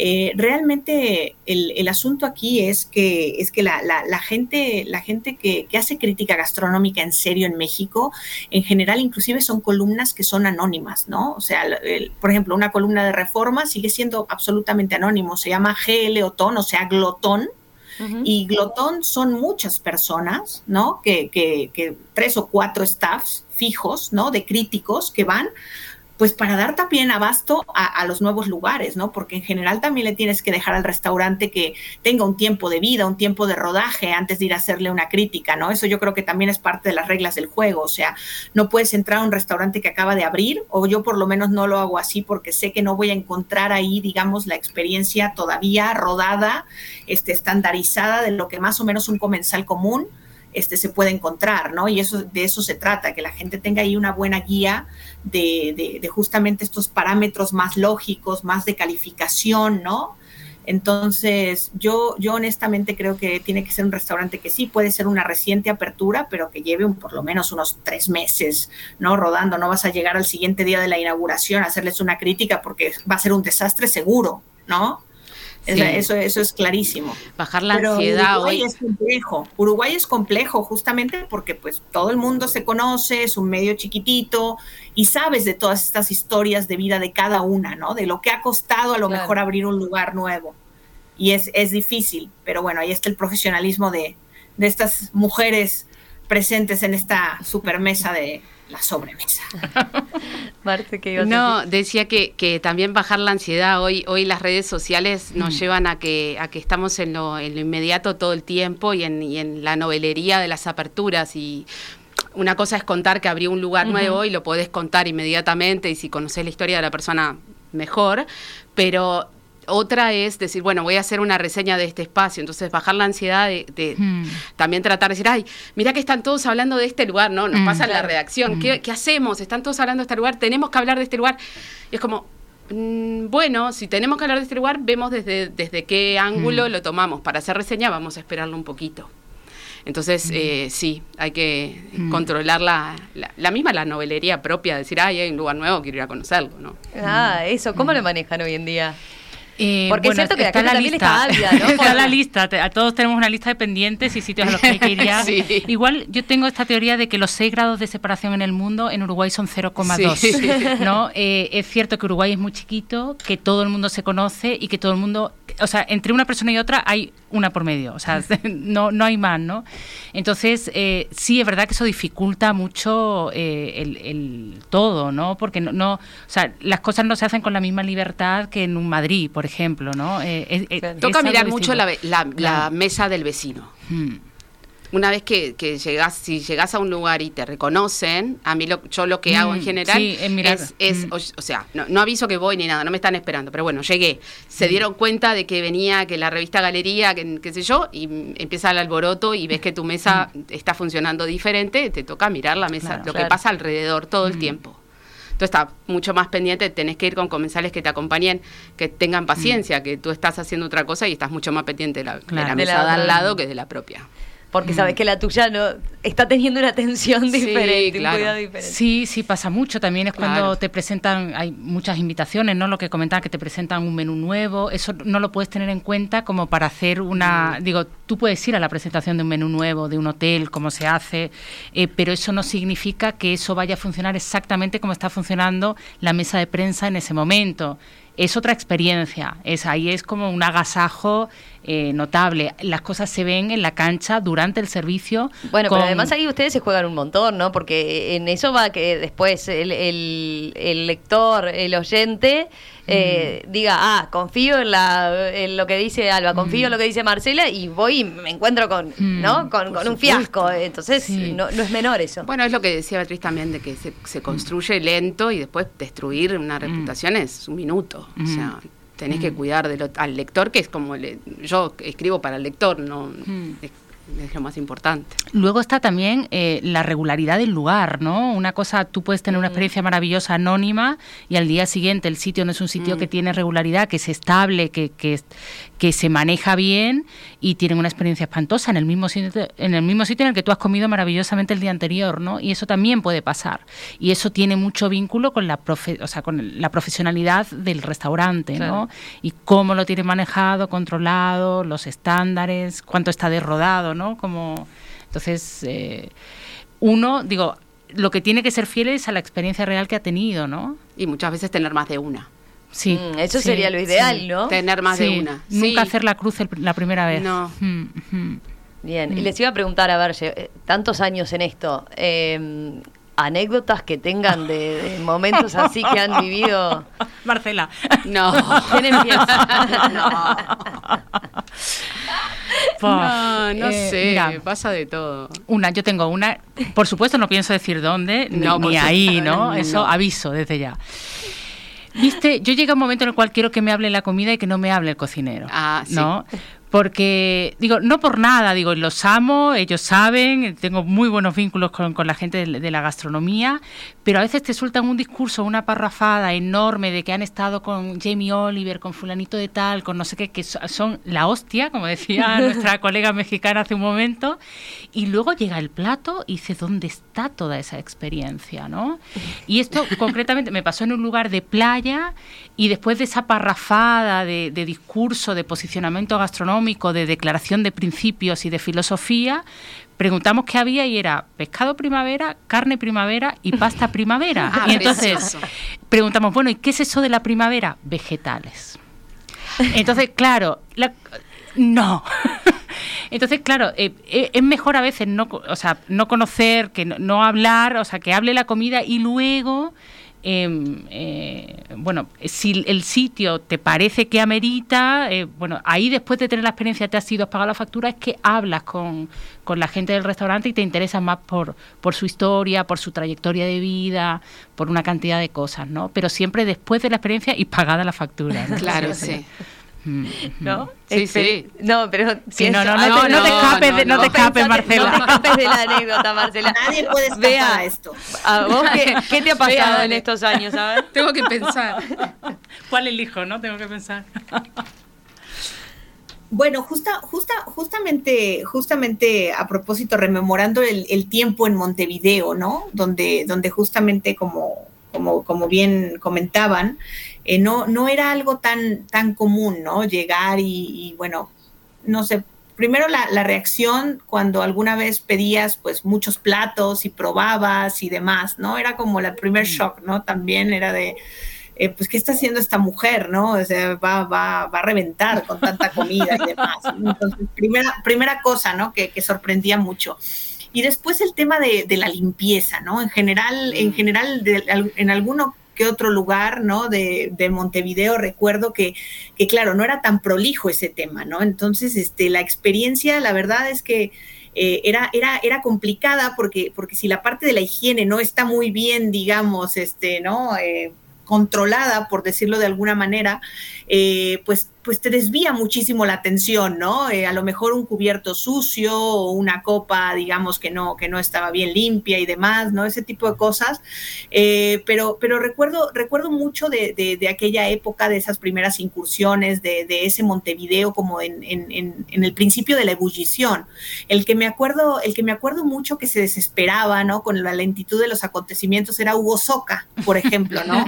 realmente el asunto aquí es que la gente que hace crítica gastronómica en serio en México, en general, inclusive son columnas que son anónimas, ¿no? O sea, por ejemplo, una columna de Reforma sigue siendo absolutamente anónimo, se llama GL Otón, o sea, glotón. Uh-huh. Y glotón son muchas personas, ¿no? Que 3 o 4 staffs fijos, ¿no? De críticos que van, pues, para dar también abasto a los nuevos lugares, ¿no? Porque en general también le tienes que dejar al restaurante que tenga un tiempo de vida, un tiempo de rodaje antes de ir a hacerle una crítica, ¿no? Eso yo creo que también es parte de las reglas del juego. O sea, no puedes entrar a un restaurante que acaba de abrir, o yo por lo menos no lo hago así porque sé que no voy a encontrar ahí, digamos, la experiencia todavía rodada, estandarizada de lo que más o menos un comensal común se puede encontrar, ¿no? Y de eso se trata, que la gente tenga ahí una buena guía de justamente estos parámetros más lógicos, más de calificación, ¿no? Entonces, yo honestamente creo que tiene que ser un restaurante que sí puede ser una reciente apertura, pero que lleve por lo menos unos 3 meses, ¿no? Rodando. No vas a llegar al siguiente día de la inauguración a hacerles una crítica porque va a ser un desastre seguro, ¿no? Sí. Eso es clarísimo. Bajar la ansiedad. Uruguay es complejo justamente porque, pues, todo el mundo se conoce, es un medio chiquitito y sabes de todas estas historias de vida de cada una, ¿no? De lo que ha costado a lo mejor abrir un lugar nuevo. Y es difícil, pero bueno, ahí está el profesionalismo de estas mujeres presentes en esta supermesa de la sobremesa. Marte, ¿qué ibas a No, decir? decía que también bajar la ansiedad. Hoy las redes sociales nos llevan a que estamos en lo inmediato todo el tiempo y en la novelería de las aperturas. Y una cosa es contar que abrió un lugar nuevo y lo podés contar inmediatamente, y si conocés la historia de la persona, mejor, pero otra es decir, bueno, voy a hacer una reseña de este espacio, entonces bajar la ansiedad de también tratar de decir, ay, mirá que están todos hablando de este lugar, ¿no? Nos pasa en la redacción, ¿qué hacemos? Están todos hablando de este lugar, tenemos que hablar de este lugar. Y es como, bueno, si tenemos que hablar de este lugar, vemos desde qué ángulo lo tomamos. Para hacer reseña vamos a esperarlo un poquito. Entonces, sí, hay que controlar la novelería propia, decir, ay, hay un lugar nuevo, quiero ir a conocerlo, ¿no? Eso, ¿cómo lo manejan hoy en día? Porque bueno, es cierto que está acá la también lista. está ávida, ¿no? Está la lista, a todos tenemos una lista de pendientes y sitios a los que hay que ir ya. Sí. Igual yo tengo esta teoría de que los 6 grados de separación en el mundo en Uruguay son 0,2, sí. ¿no? Es cierto que Uruguay es muy chiquito, que todo el mundo se conoce y que todo el mundo, o sea, entre una persona y otra hay una por medio, o sea, no hay más, ¿no? Entonces, sí, es verdad que eso dificulta mucho el todo, ¿no? Porque no, o sea, las cosas no se hacen con la misma libertad que en un Madrid, por ejemplo, ¿no? Toca es mirar algo mucho distinto. la mesa del vecino. Una vez que llegás, si llegás a un lugar y te reconocen, a mí yo lo que hago en general sí, es mirar. o sea, no aviso que voy ni nada, no me están esperando, pero bueno, llegué, se dieron cuenta de que venía, que la revista Galería, que qué sé yo, y empieza el alboroto y ves que tu mesa está funcionando diferente, te toca mirar la mesa, Claro, que pasa alrededor todo el tiempo. Entonces está mucho más pendiente, tenés que ir con comensales que te acompañen, que tengan paciencia, que tú estás haciendo otra cosa y estás mucho más pendiente de la Claro. mesa de al lado que de la propia. Porque sabes que la tuya no está teniendo una atención Sí, diferente, claro. un cuidado diferente. Sí, pasa mucho. También es Claro. cuando te presentan, hay muchas invitaciones, ¿no? Lo que comentaba, que te presentan un menú nuevo. Eso no lo puedes tener en cuenta como para hacer una... Digo, tú puedes ir a la presentación de un menú nuevo, de un hotel, cómo se hace, pero eso no significa que eso vaya a funcionar exactamente como está funcionando la mesa de prensa en ese momento. Es otra experiencia, ahí es como un agasajo notable. Las cosas se ven en la cancha durante el servicio. Bueno, pero además ahí ustedes se juegan un montón, ¿no? Porque en eso va que después el lector, el oyente, diga, confío en lo que dice Alba, confío en lo que dice Marcela, y voy y me encuentro con un fiasco. Entonces, Sí. no es menor eso. Bueno, es lo que decía Beatriz también, de que se construye lento y después destruir una reputación es un minuto. O sea, tenés que cuidar al lector, que es como yo escribo para el lector, no es lo más importante. Luego está también la regularidad del lugar, ¿no? Una cosa, tú puedes tener una experiencia maravillosa anónima y al día siguiente el sitio no es un sitio que tiene regularidad, que es estable, que se maneja bien y tienen una experiencia espantosa en el mismo sitio en el que tú has comido maravillosamente el día anterior, ¿no? Y eso también puede pasar. Y eso tiene mucho vínculo con con la profesionalidad del restaurante, Claro. ¿no? Y cómo lo tienes manejado, controlado, los estándares, cuánto está derrodado, ¿no? Entonces, lo que tiene que ser fiel es a la experiencia real que ha tenido, ¿no? Y muchas veces tener más de una. Sí. Eso sería lo ideal, ¿no? Tener más de una. Nunca Sí. hacer la cruz la primera vez. No. Bien, y les iba a preguntar, a ver, tantos años en esto, anécdotas que tengan de momentos así que han vivido. Marcela. No. ¿Quién empieza? No sé, Mira, pasa de todo. yo tengo una, por supuesto no pienso decir dónde, No, ni por ahí, supuesto. ¿no? Eso No. aviso desde ya. Viste, yo llego a un momento en el cual quiero que me hable la comida y que no me hable el cocinero, Sí. ¿no? Porque, no por nada, los amo, ellos saben, tengo muy buenos vínculos con la gente de la gastronomía, pero a veces te sueltan un discurso, una parrafada enorme de que han estado con Jamie Oliver, con fulanito de tal, con no sé qué, que son la hostia, como decía nuestra colega mexicana hace un momento, y luego llega el plato y dice, ¿dónde está toda esa experiencia, no? Y esto concretamente me pasó en un lugar de playa, y después de esa parrafada de discurso, de posicionamiento gastronómico, de declaración de principios y de filosofía, preguntamos qué había y era pescado primavera, carne primavera y pasta primavera. Ah, y entonces precioso. preguntamos, bueno, ¿y qué es eso de la primavera? Vegetales. Entonces, claro, no. Entonces, claro, es mejor a veces no conocer, que no hablar, o sea, que hable la comida y luego... bueno, si el sitio te parece que amerita, bueno, ahí después de tener la experiencia te has ido, has pagado la factura, es que hablas con la gente del restaurante y te interesas más por su historia, por su trayectoria de vida, por una cantidad de cosas, ¿no? Pero siempre después de la experiencia y pagada la factura, ¿no? Claro, sí. ¿No? Sí. No, pero sí, no te escapes, Marcela. No te escapes de la anécdota, Marcela. Nadie puede escapar a esto. ¿A vos qué te ha pasado en estos años? A ver. Tengo que pensar. ¿Cuál elijo, no? Tengo que pensar. Bueno, justamente a propósito, rememorando el tiempo en Montevideo, ¿no? Donde justamente como bien comentaban, no era algo tan común, ¿no? Llegar y bueno, no sé, primero la reacción cuando alguna vez pedías pues muchos platos y probabas y demás, ¿no? Era como el primer shock, ¿no? También era de, pues, ¿qué está haciendo esta mujer, no? O sea, va a reventar con tanta comida y demás. Entonces, primera cosa, ¿no? Que sorprendía mucho. Y después el tema de la limpieza, ¿no? En general, en alguno que otro lugar, ¿no? De Montevideo recuerdo que claro, no era tan prolijo ese tema, ¿no? Entonces, la experiencia, la verdad es que era complicada porque si la parte de la higiene no está muy bien, digamos, ¿no? Controlada, por decirlo de alguna manera, pues te desvía muchísimo la atención, ¿no? A lo mejor un cubierto sucio o una copa, digamos, que no estaba bien limpia y demás, ¿no? Ese tipo de cosas. Pero recuerdo mucho de aquella época, de esas primeras incursiones, de ese Montevideo como en el principio de la ebullición. El que me acuerdo mucho que se desesperaba, ¿no? Con la lentitud de los acontecimientos era Hugo Soca, por ejemplo, ¿no?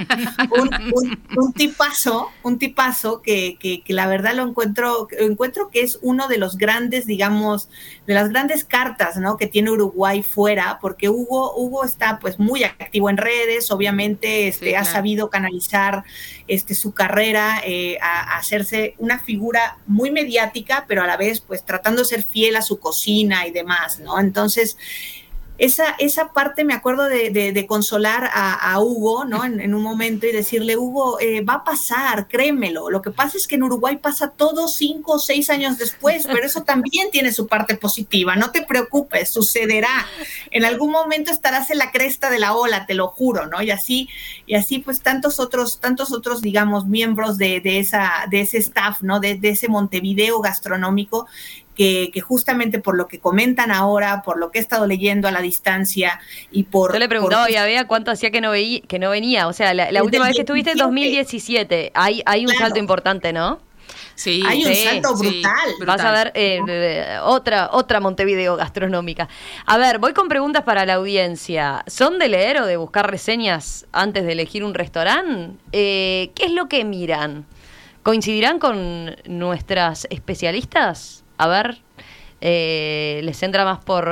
un tipazo que la verdad lo encuentro que es uno de los grandes, digamos, de las grandes cartas, ¿no? Que tiene Uruguay fuera, porque Hugo está pues muy activo en redes, obviamente, sí, claro. Ha sabido canalizar su carrera a hacerse una figura muy mediática, pero a la vez pues tratando de ser fiel a su cocina y demás, ¿no? Entonces, esa parte me acuerdo de consolar a Hugo, ¿no? En un momento y decirle, Hugo, va a pasar, créemelo. Lo que pasa es que en Uruguay pasa todo 5 o 6 años después, pero eso también tiene su parte positiva. No te preocupes, sucederá. En algún momento estarás en la cresta de la ola, te lo juro, ¿no? Y así pues tantos otros, digamos, miembros de ese staff, ¿no? De ese Montevideo gastronómico, que justamente por lo que comentan ahora, por lo que he estado leyendo a la distancia y por... Yo le preguntaba hoy a Bea cuánto hacía que no venía. O sea, la última vez que estuviste en 2017. Hay un salto importante, ¿no? Sí, hay un salto brutal. Vas a ver otra Montevideo gastronómica. A ver, voy con preguntas para la audiencia. ¿Son de leer o de buscar reseñas antes de elegir un restaurante? ¿Qué es lo que miran? ¿Coincidirán con nuestras especialistas? A ver, ¿les entra más por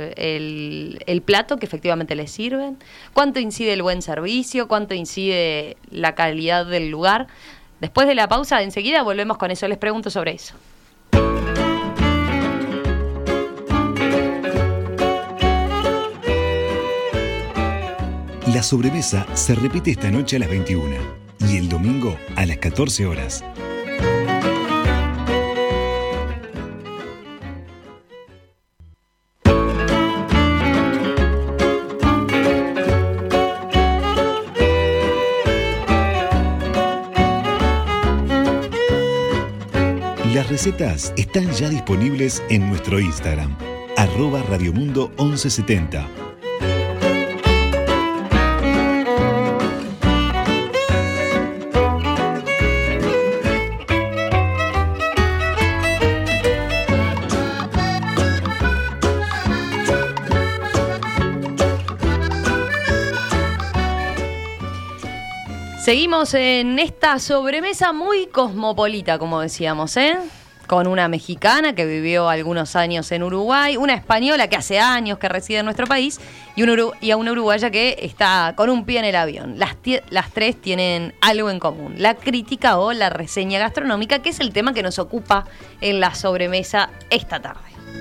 el plato que efectivamente les sirven? ¿Cuánto incide el buen servicio? ¿Cuánto incide la calidad del lugar? Después de la pausa, enseguida volvemos con eso. Les pregunto sobre eso. La sobremesa se repite esta noche a las 21 y el domingo a las 14 horas. Las recetas están ya disponibles en nuestro Instagram, @radiomundo1170. Seguimos en esta sobremesa muy cosmopolita, como decíamos, ¿eh? con una mexicana que vivió algunos años en Uruguay, una española que hace años que reside en nuestro país y a una uruguaya que está con un pie en el avión. Las tres tienen algo en común: la crítica o la reseña gastronómica, que es el tema que nos ocupa en la sobremesa esta tarde.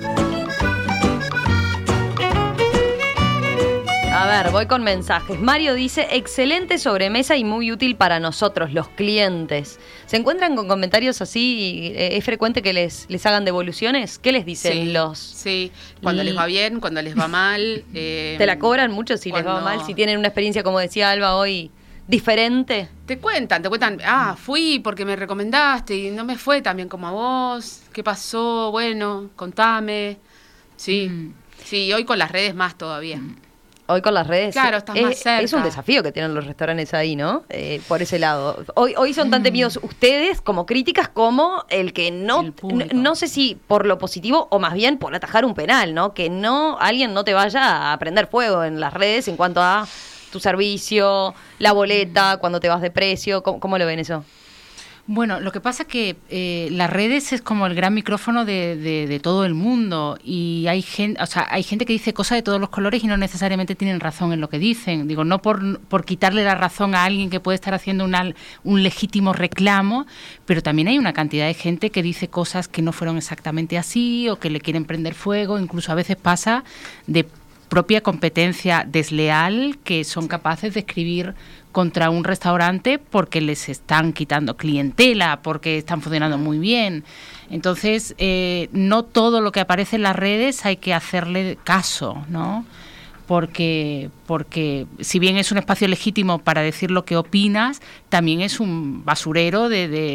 A ver, voy con mensajes. Mario dice: excelente sobremesa y muy útil para nosotros, los clientes. ¿Se encuentran con comentarios así? ¿Es frecuente que les hagan devoluciones? ¿Qué les dicen los...? Sí, cuando les va bien, cuando les va mal. ¿Te la cobran mucho si les va mal? Si tienen una experiencia, como decía Alba hoy, diferente. Te cuentan, fui porque me recomendaste y no me fue tan bien como a vos. ¿Qué pasó? Bueno, contame. Sí, sí, hoy con las redes más todavía. Hoy con las redes. Claro, estás más cerca. Es un desafío que tienen los restaurantes ahí, ¿no? Por ese lado. Hoy son tan temidos ustedes como críticas como el que no sé si por lo positivo o más bien por atajar un penal, ¿no? Que alguien no te vaya a prender fuego en las redes en cuanto a tu servicio, la boleta, cuando te vas de precio. ¿Cómo lo ven eso? Bueno, lo que pasa es que las redes es como el gran micrófono de todo el mundo, y hay gente que dice cosas de todos los colores y no necesariamente tienen razón en lo que dicen. Digo, no por quitarle la razón a alguien que puede estar haciendo un legítimo reclamo, pero también hay una cantidad de gente que dice cosas que no fueron exactamente así o que le quieren prender fuego. Incluso a veces pasa de propia competencia desleal, que son capaces de escribir contra un restaurante porque les están quitando clientela, porque están funcionando muy bien. Entonces, no todo lo que aparece en las redes hay que hacerle caso, ¿no? Porque si bien es un espacio legítimo para decir lo que opinas, también es un basurero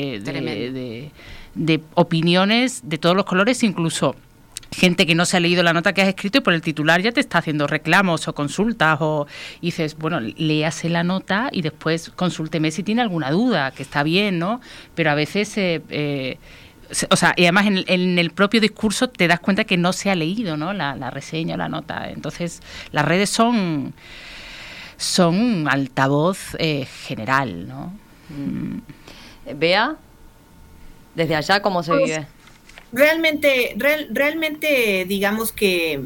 de opiniones de todos los colores, incluso gente que no se ha leído la nota que has escrito y por el titular ya te está haciendo reclamos o consultas, y dices, bueno, léase la nota y después consúlteme si tiene alguna duda, que está bien, ¿no? Pero a veces, y además en el propio discurso te das cuenta que no se ha leído, ¿no? La reseña o la nota. Entonces, las redes son un altavoz general, ¿no? Bea, desde allá, ¿cómo se vive? Realmente, digamos que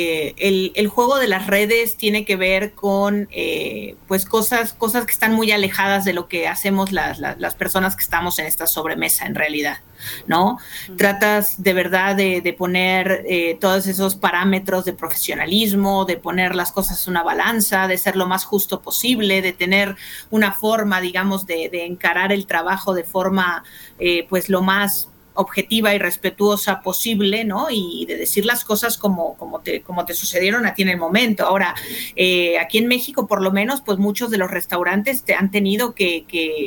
el juego de las redes tiene que ver con pues cosas que están muy alejadas de lo que hacemos las personas que estamos en esta sobremesa, en realidad, ¿no? Tratas de verdad de poner todos esos parámetros de profesionalismo, de poner las cosas en una balanza, de ser lo más justo posible, de tener una forma, digamos, de encarar el trabajo de forma pues lo más objetiva y respetuosa posible, ¿no? Y de decir las cosas como te sucedieron a ti en el momento. Ahora, aquí en México, por lo menos, pues muchos de los restaurantes han tenido que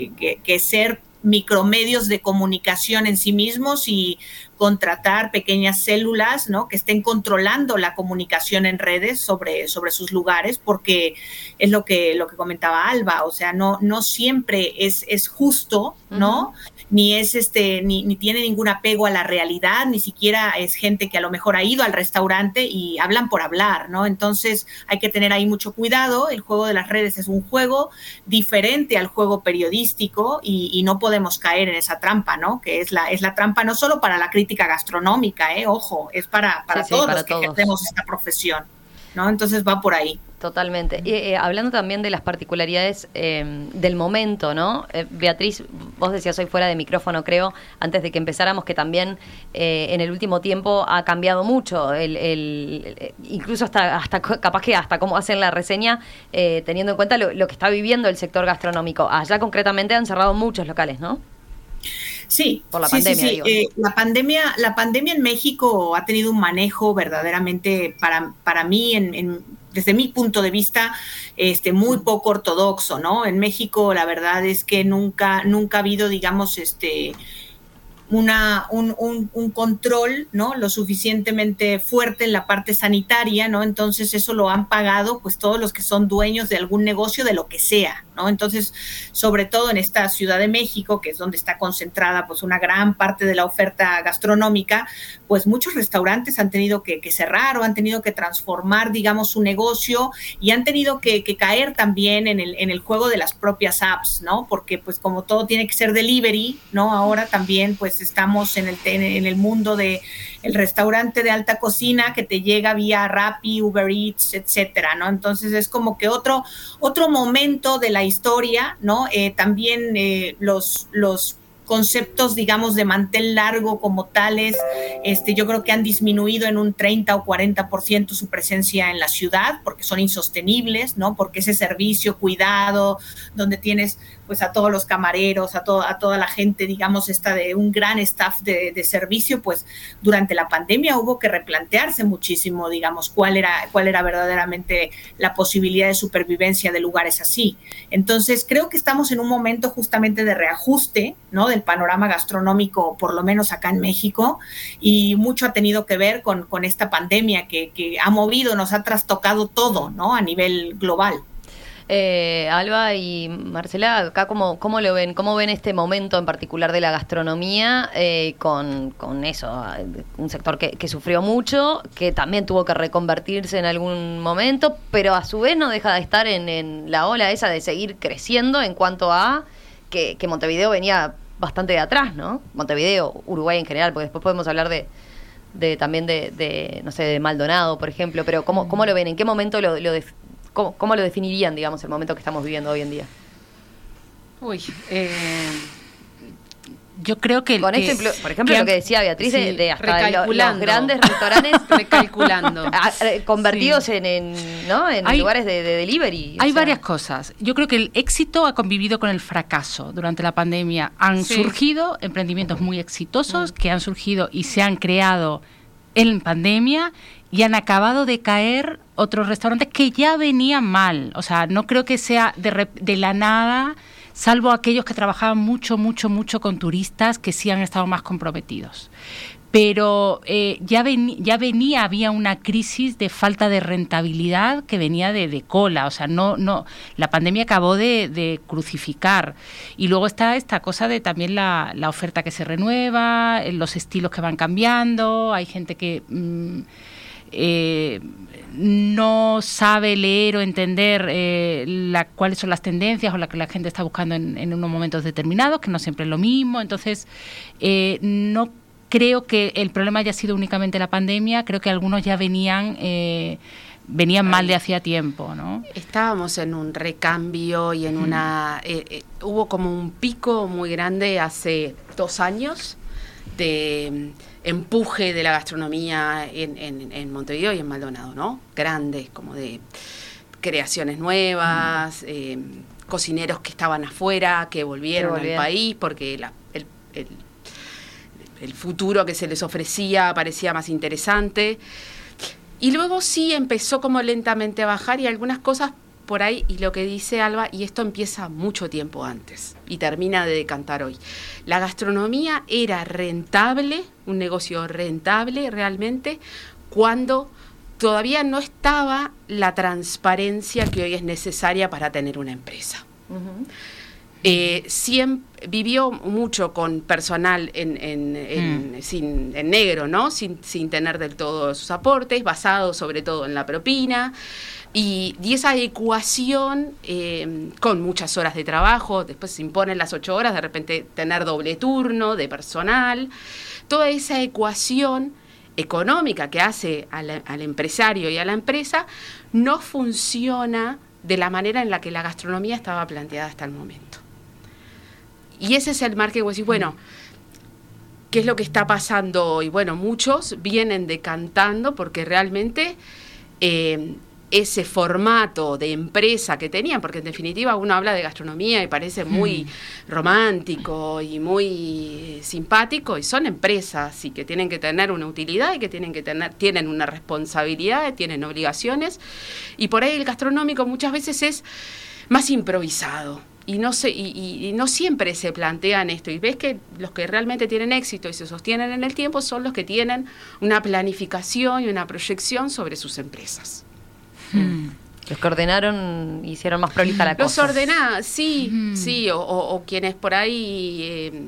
ser micromedios de comunicación en sí mismos y contratar pequeñas células, ¿no? Que estén controlando la comunicación en redes sobre sus lugares, porque es lo que comentaba Alba, o sea, no siempre es justo, ¿no? Ni es ni tiene ningún apego a la realidad, ni siquiera es gente que a lo mejor ha ido al restaurante y hablan por hablar, ¿no? Entonces hay que tener ahí mucho cuidado. El juego de las redes es un juego diferente al juego periodístico y no podemos caer en esa trampa, ¿no? Que es la trampa no solo para la crítica gastronómica, ojo, es para todos los que ejercemos esta profesión, ¿no? Entonces va por ahí. Totalmente. Y hablando también de las particularidades del momento, ¿no? Beatriz, vos decías hoy fuera de micrófono, creo, antes de que empezáramos, que también en el último tiempo ha cambiado mucho, incluso hasta capaz que hasta cómo hacen la reseña, teniendo en cuenta lo que está viviendo el sector gastronómico. Allá concretamente han cerrado muchos locales, ¿no? Sí, por la pandemia. Sí. La pandemia en México ha tenido un manejo verdaderamente, para mí, desde mi punto de vista, muy poco ortodoxo, ¿no? En México, la verdad es que nunca ha habido, digamos, un control, ¿no? Lo suficientemente fuerte en la parte sanitaria, ¿no? Entonces eso lo han pagado pues todos los que son dueños de algún negocio, de lo que sea, ¿no? Entonces, sobre todo en esta Ciudad de México, que es donde está concentrada pues una gran parte de la oferta gastronómica, pues muchos restaurantes han tenido que cerrar o han tenido que transformar, digamos, su negocio y han tenido que caer también en el juego de las propias apps, ¿no? Porque pues como todo tiene que ser delivery, ¿no? Ahora también pues estamos en el mundo de el restaurante de alta cocina que te llega vía Rappi, Uber Eats, etcétera, ¿no? Entonces es como que otro momento de la historia, ¿no? También los conceptos, digamos, de mantel largo como tales, yo creo que han disminuido en un 30 o 40% su presencia en la ciudad, porque son insostenibles, ¿no? Porque ese servicio, cuidado, donde tienes pues a todos los camareros, a toda la gente, digamos, de un gran staff de servicio, pues durante la pandemia hubo que replantearse muchísimo, digamos, cuál era verdaderamente la posibilidad de supervivencia de lugares así. Entonces, creo que estamos en un momento justamente de reajuste, ¿no? Del panorama gastronómico, por lo menos acá en México, y mucho ha tenido que ver con esta pandemia que ha movido, nos ha trastocado todo, ¿no? A nivel global. Alba y Marcela, acá ¿cómo lo ven? ¿Cómo ven este momento en particular de la gastronomía con eso? Un sector que sufrió mucho, que también tuvo que reconvertirse en algún momento, pero a su vez no deja de estar en la ola esa de seguir creciendo en cuanto a que Montevideo venía bastante de atrás, ¿no? Montevideo, Uruguay en general, porque después podemos hablar también de no sé, de Maldonado, por ejemplo, pero ¿cómo lo ven? ¿En qué momento ¿Cómo lo definirían, digamos, el momento que estamos viviendo hoy en día? Yo creo que... Con esto, por ejemplo, lo que decía Beatriz, sí, de hasta los grandes restaurantes recalculando, convertidos en lugares de delivery. Hay varias cosas. Yo creo que el éxito ha convivido con el fracaso. Durante la pandemia han surgido emprendimientos muy exitosos que han surgido y se han creado en pandemia y han acabado de caer otros restaurantes que ya venían mal. O sea, no creo que sea de la nada, salvo aquellos que trabajaban mucho con turistas que sí han estado más comprometidos. Pero había una crisis de falta de rentabilidad que venía de cola. O sea, no, la pandemia acabó de crucificar. Y luego está esta cosa de también la oferta que se renueva, los estilos que van cambiando. Hay gente que no sabe leer o entender cuáles son las tendencias o la que la gente está buscando en unos momentos determinados, que no siempre es lo mismo. Entonces, no creo que el problema haya sido únicamente la pandemia. Creo que algunos ya venían mal de hacía tiempo, ¿no? Estábamos en un recambio y en hubo como un pico muy grande hace 2 años de empuje de la gastronomía en Montevideo y en Maldonado, ¿no? Grandes, como de creaciones nuevas, cocineros que estaban afuera, que volvieron al país porque el futuro que se les ofrecía parecía más interesante. Y luego sí empezó como lentamente a bajar y algunas cosas por ahí, y lo que dice Alba, y esto empieza mucho tiempo antes y termina de decantar hoy. La gastronomía era rentable, un negocio rentable realmente, cuando todavía no estaba la transparencia que hoy es necesaria para tener una empresa. Uh-huh. Siempre vivió mucho con personal en negro, ¿no? Sin tener del todo sus aportes, basado sobre todo en la propina. Y esa ecuación con muchas horas de trabajo, después se imponen las 8 horas, de repente tener doble turno de personal, toda esa ecuación económica que hace al empresario y a la empresa no funciona de la manera en la que la gastronomía estaba planteada hasta el momento. Y ese es el marco que vos decís, bueno, ¿qué es lo que está pasando hoy? Bueno, muchos vienen decantando porque realmente ese formato de empresa que tenían, porque en definitiva uno habla de gastronomía y parece muy romántico y muy simpático, y son empresas y que tienen que tener una utilidad y que tienen una responsabilidad, tienen obligaciones, y por ahí el gastronómico muchas veces es más improvisado. Y no siempre se plantean esto, y ves que los que realmente tienen éxito y se sostienen en el tiempo son los que tienen una planificación y una proyección sobre sus empresas. Los que ordenaron hicieron más prolija la cosa. Los ordenaron, sí, o quienes por ahí...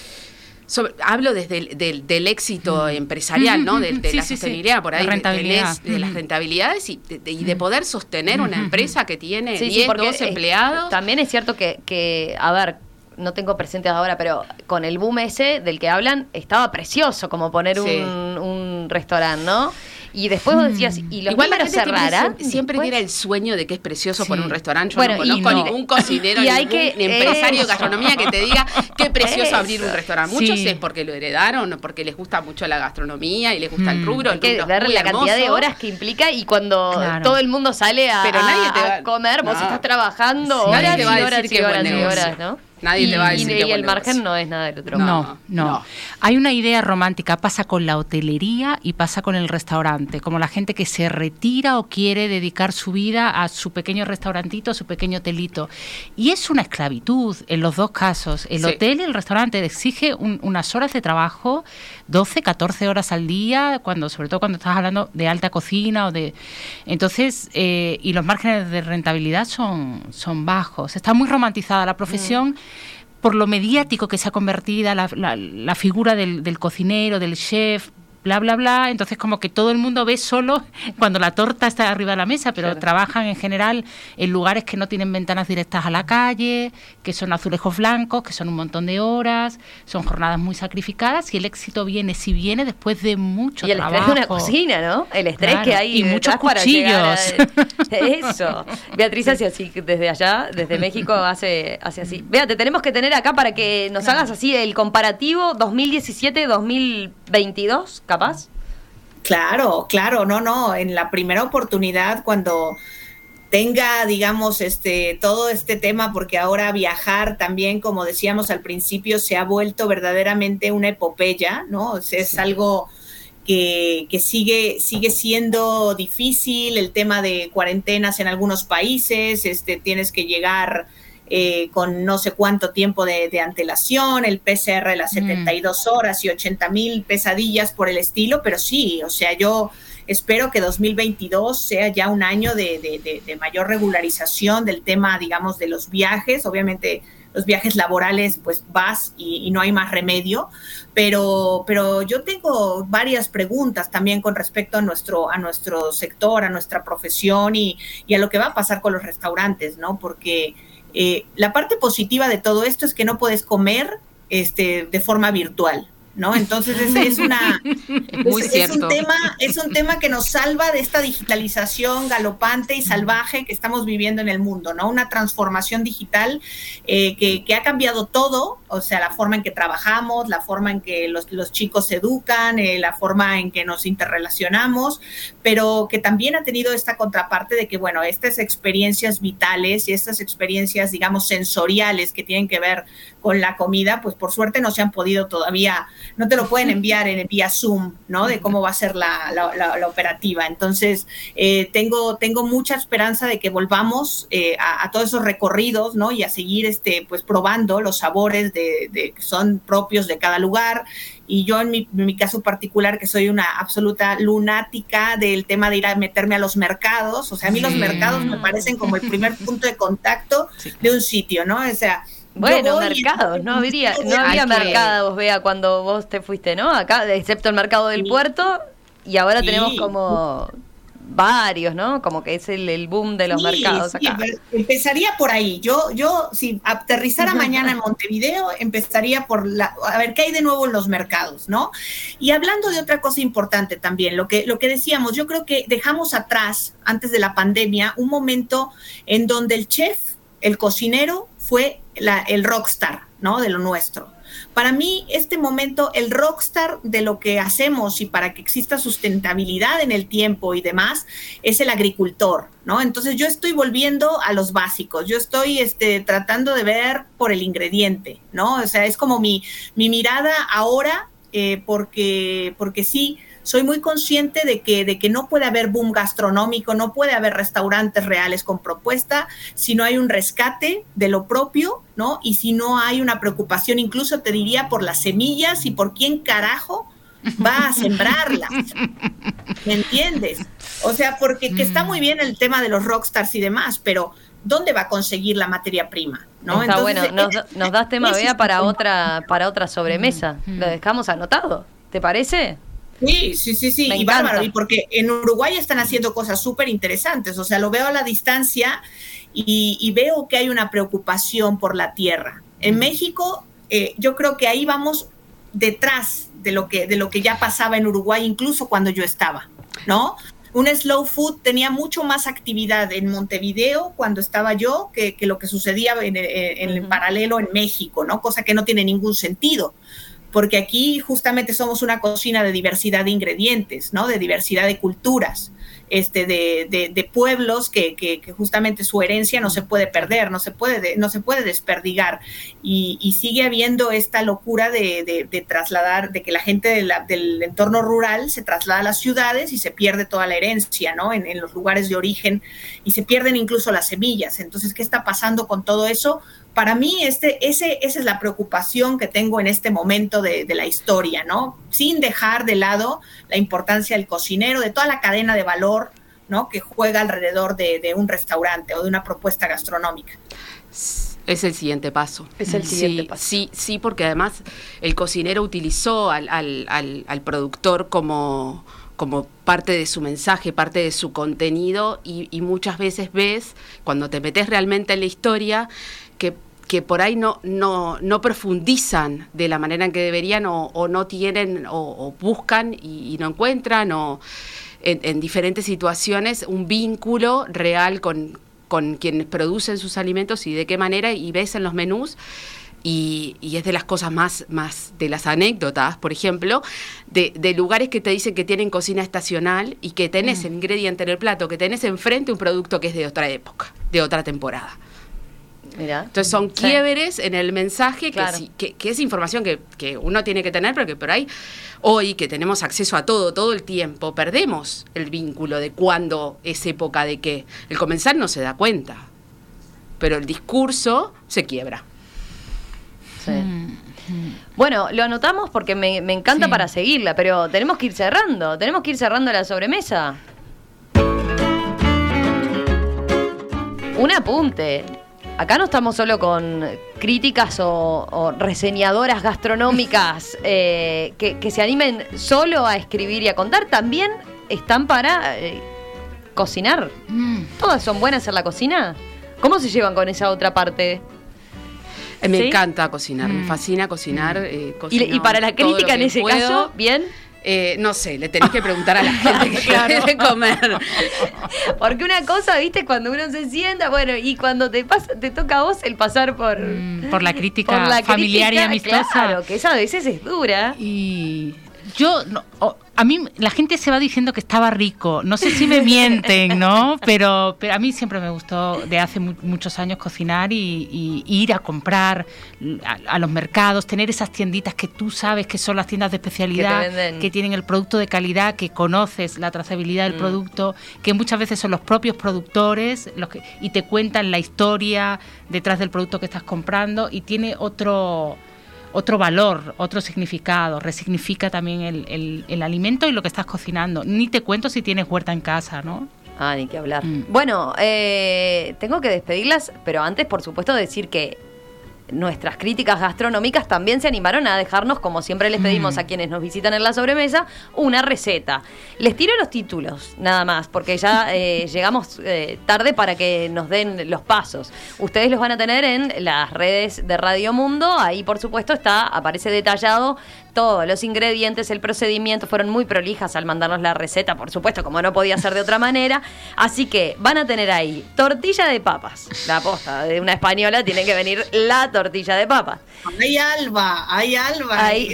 hablo desde del éxito empresarial, ¿no? De la sostenibilidad, por ahí, de las rentabilidades y de poder sostener una empresa que tiene 10, 12 empleados. También es cierto que, a ver, no tengo presentes ahora, pero con el boom ese del que hablan, estaba precioso como poner un restaurante, ¿no? Y después vos decías, y los igual números cerraran. Siempre tiene el sueño de que es precioso poner un restaurante. Yo no conozco ningún cocinero, ni empresario de gastronomía que te diga qué precioso abrir un restaurante. Muchos es porque lo heredaron, porque les gusta mucho la gastronomía y les gusta el rubro. Hay que ver la cantidad de horas que implica y cuando todo el mundo sale a comer, vos estás trabajando horas y horas y horas, ¿no? Nadie te va a decir y el margen no es nada del otro. No. Hay una idea romántica, pasa con la hotelería y pasa con el restaurante, como la gente que se retira o quiere dedicar su vida a su pequeño restaurantito, su pequeño hotelito. Y es una esclavitud en los dos casos. El hotel y el restaurante exige unas horas de trabajo, 12, 14 horas al día, sobre todo cuando estás hablando de alta cocina o de... Entonces, y los márgenes de rentabilidad son bajos. Está muy romantizada la profesión. Por lo mediático que se ha convertido la figura del cocinero, del chef, bla, bla, bla. Entonces como que todo el mundo ve solo cuando la torta está arriba de la mesa, pero trabajan en general en lugares que no tienen ventanas directas a la calle, que son azulejos blancos, que son un montón de horas, son jornadas muy sacrificadas y el éxito viene después de mucho trabajo. Y el estrés de una cocina, ¿no? El estrés que hay. Y muchos cuchillos. Eso. Beatriz hace así, desde allá, desde México, hace así. Bea, te tenemos que tener acá para que nos hagas así el comparativo 2017-2022. ¿Capaz? Claro, no, en la primera oportunidad cuando tenga, digamos, todo este tema, porque ahora viajar también, como decíamos al principio, se ha vuelto verdaderamente una epopeya, ¿no? O sea, es algo que sigue siendo difícil, el tema de cuarentenas en algunos países, tienes que llegar con no sé cuánto tiempo de antelación, el PCR de las 72 horas y 80,000 pesadillas por el estilo, pero sí, o sea, yo espero que 2022 sea ya un año de mayor regularización del tema, digamos, de los viajes. Obviamente los viajes laborales, pues vas y no hay más remedio, pero yo tengo varias preguntas también con respecto a nuestro sector, a nuestra profesión y a lo que va a pasar con los restaurantes, ¿no? Porque la parte positiva de todo esto es que no puedes comer de forma virtual, ¿no? Entonces es un tema que nos salva de esta digitalización galopante y salvaje que estamos viviendo en el mundo, ¿no? Una transformación digital que ha cambiado todo, o sea, la forma en que trabajamos, la forma en que los chicos se educan, la forma en que nos interrelacionamos, pero que también ha tenido esta contraparte de que, bueno, estas experiencias vitales y estas experiencias, digamos, sensoriales que tienen que ver con la comida, pues por suerte no se han podido todavía, no te lo pueden enviar vía Zoom, ¿no? De cómo va a ser la operativa. Entonces, tengo mucha esperanza de que volvamos a todos esos recorridos, ¿no? Y a seguir, pues probando los sabores que son propios de cada lugar. Y yo en mi caso particular, que soy una absoluta lunática del tema de ir a meterme a los mercados, o sea, a mí los mercados me parecen como el primer punto de contacto de un sitio, ¿no? O sea, bueno, mercados, no había mercados, Bea, cuando vos te fuiste, ¿no? Acá, excepto el mercado del puerto, y ahora tenemos como varios, ¿no? Como que es el boom de los mercados acá. Empezaría por ahí. Yo si aterrizara mañana en Montevideo, empezaría por a ver qué hay de nuevo en los mercados, ¿no? Y hablando de otra cosa importante también, lo que decíamos, yo creo que dejamos atrás, antes de la pandemia, un momento en donde el chef, el cocinero, fue el rockstar, ¿no? De lo nuestro. Para mí, este momento, el rockstar de lo que hacemos y para que exista sustentabilidad en el tiempo y demás, es el agricultor, ¿no? Entonces, yo estoy volviendo a los básicos. Yo estoy tratando de ver por el ingrediente, ¿no? O sea, es como mi mirada ahora, porque sí, soy muy consciente de que no puede haber boom gastronómico, no puede haber restaurantes reales con propuesta si no hay un rescate de lo propio, ¿no? Y si no hay una preocupación, incluso te diría, por las semillas y por quién carajo va a sembrarlas. ¿Me entiendes? O sea, porque que está muy bien el tema de los rockstars y demás, pero ¿dónde va a conseguir la materia prima? ¿No? Está Entonces, bueno, nos das tema, Bea, para otra sobremesa. Lo dejamos anotado, ¿te parece? Sí, Me y encanta. bárbaro, y porque en Uruguay están haciendo cosas súper interesantes, o sea, lo veo a la distancia y veo que hay una preocupación por la tierra. En México, yo creo que ahí vamos detrás de lo que ya pasaba en Uruguay, incluso cuando yo estaba, ¿no? Un slow food tenía mucho más actividad en Montevideo cuando estaba yo que lo que sucedía en paralelo en México, ¿no? Cosa que no tiene ningún sentido, porque aquí justamente somos una cocina de diversidad de ingredientes, ¿no? De diversidad de culturas, de pueblos que justamente su herencia no se puede perder, no se puede desperdigar, y sigue habiendo esta locura de trasladar, de que la gente del entorno rural se traslada a las ciudades y se pierde toda la herencia, ¿no? En los lugares de origen, y se pierden incluso las semillas. Entonces, ¿qué está pasando con todo eso? Para mí, esa es la preocupación que tengo en este momento de la historia, ¿no? Sin dejar de lado la importancia del cocinero, de toda la cadena de valor, ¿no? Que juega alrededor de un restaurante o de una propuesta gastronómica. Es el siguiente paso. Es el siguiente paso. Sí, porque además el cocinero utilizó al productor como parte de su mensaje, parte de su contenido, y muchas veces ves, cuando te metes realmente en la historia, que por ahí no profundizan de la manera en que deberían, o no tienen, o buscan y no encuentran, o en diferentes situaciones, un vínculo real con quienes producen sus alimentos y de qué manera, y ves en los menús. Y es de las cosas más de las anécdotas, por ejemplo, de lugares que te dicen que tienen cocina estacional y que tenés el ingrediente en el plato, que tenés enfrente un producto que es de otra época, de otra temporada. Mirá. Entonces son quiebres en el mensaje, Claro. que es información que uno tiene que tener, pero que por ahí, hoy que tenemos acceso a todo el tiempo, perdemos el vínculo de cuándo es época de qué. El comensal no se da cuenta, pero el discurso se quiebra. Sí. Bueno, lo anotamos porque me encanta para seguirla, pero tenemos que ir cerrando la sobremesa. Un apunte. Acá no estamos solo con críticas o reseñadoras gastronómicas que se animen solo a escribir y a contar, también están para cocinar. ¿Todas son buenas en la cocina? ¿Cómo se llevan con esa otra parte? Me ¿Sí? encanta cocinar, me fascina cocinar. ¿Y para la crítica en ese caso, bien? No sé, le tenés que preguntar a la gente que quiere comer. Porque una cosa, viste, cuando uno se sienta, bueno, y cuando te toca a vos el pasar por la crítica familiar y amistosa. Claro, que esa a veces es dura. Y yo, a mí la gente se va diciendo que estaba rico. No sé si me mienten, ¿no? Pero a mí siempre me gustó de hace muchos años cocinar y ir a comprar a los mercados, tener esas tienditas que tú sabes que son las tiendas de especialidad, que tienen el producto de calidad, que conoces la trazabilidad del producto, que muchas veces son los propios productores y te cuentan la historia detrás del producto que estás comprando, y tiene otro valor, otro significado, resignifica también el alimento y lo que estás cocinando. Ni te cuento si tienes huerta en casa, ¿no? Ah, ni que hablar. Bueno, tengo que despedirlas, pero antes, por supuesto, decir que nuestras críticas gastronómicas también se animaron a dejarnos, como siempre les pedimos a quienes nos visitan en la sobremesa, una receta. Les tiro los títulos, nada más, porque ya llegamos tarde para que nos den los pasos. Ustedes los van a tener en las redes de Radio Mundo. Ahí, por supuesto, aparece detallado todos los ingredientes, el procedimiento. Fueron muy prolijas al mandarnos la receta, por supuesto, como no podía ser de otra manera. Así que van a tener ahí tortilla de papas. La posta de una española tiene que venir la tortilla de papas. ¡Ay, Alba! Ahí.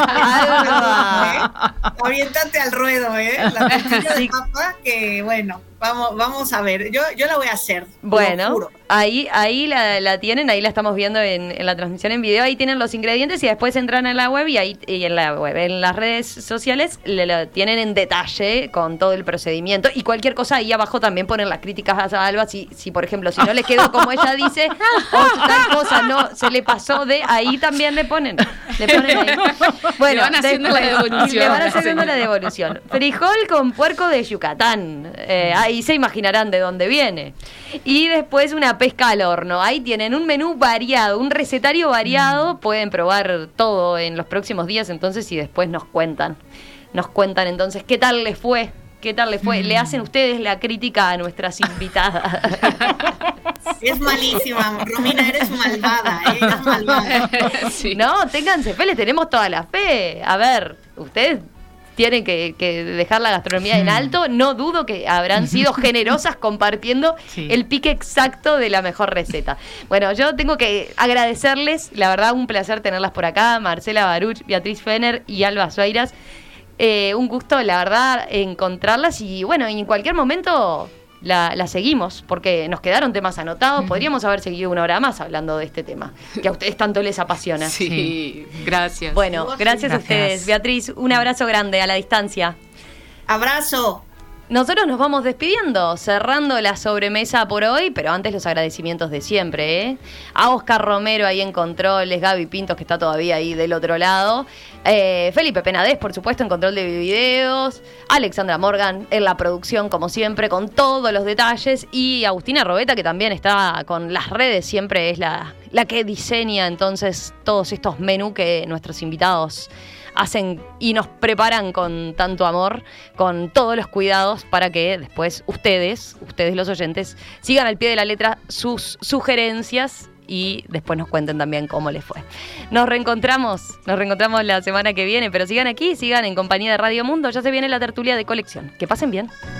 Alba. Aviéntate al ruedo, ¿eh? La tortilla de papa, que bueno, Vamos a ver, yo la voy a hacer. Bueno, lo juro. ahí la tienen, ahí la estamos viendo en la transmisión en video, ahí tienen los ingredientes y después entran en la web y en las redes sociales lo tienen en detalle con todo el procedimiento y cualquier cosa ahí abajo también ponen las críticas a Alba, si por ejemplo, si no le quedó como ella dice o tal cosa no se le pasó de, ahí también le ponen ahí. Bueno, le van haciendo la devolución. Le van haciendo la devolución. Frijol con puerco de Yucatán, ahí se imaginarán de dónde viene. Y después una pesca al horno. Ahí tienen un menú variado, un recetario variado. Pueden probar todo en los próximos días entonces y después nos cuentan. Entonces qué tal les fue. Le hacen ustedes la crítica a nuestras invitadas. Es malísima, Romina, eres malvada, eres malvada. Sí. No, ténganse fe, les tenemos toda la fe. A ver, ustedes tienen que dejar la gastronomía en alto. No dudo que habrán sido generosas compartiendo el pique exacto de la mejor receta. Bueno, yo tengo que agradecerles, la verdad, un placer tenerlas por acá. Marcela Baruch, Beatriz Fener y Alba Sueiras. Un gusto, la verdad, encontrarlas y bueno, en cualquier momento la seguimos, porque nos quedaron temas anotados. Podríamos haber seguido una hora más hablando de este tema, que a ustedes tanto les apasiona. Sí, gracias. Bueno, gracias a ustedes. Beatriz, un abrazo grande a la distancia. Abrazo. Nosotros nos vamos despidiendo, cerrando la sobremesa por hoy, pero antes los agradecimientos de siempre, ¿eh? A Oscar Romero ahí en controles, Gaby Pintos que está todavía ahí del otro lado, Felipe Penades, por supuesto, en control de videos, Alexandra Morgan en la producción, como siempre, con todos los detalles, y Agustina Robeta, que también está con las redes, siempre es la que diseña entonces todos estos menús que nuestros invitados hacen y nos preparan con tanto amor, con todos los cuidados para que después ustedes los oyentes, sigan al pie de la letra sus sugerencias y después nos cuenten también cómo les fue. Nos reencontramos la semana que viene, pero sigan aquí, sigan en compañía de Radio Mundo, ya se viene la tertulia de colección. Que pasen bien.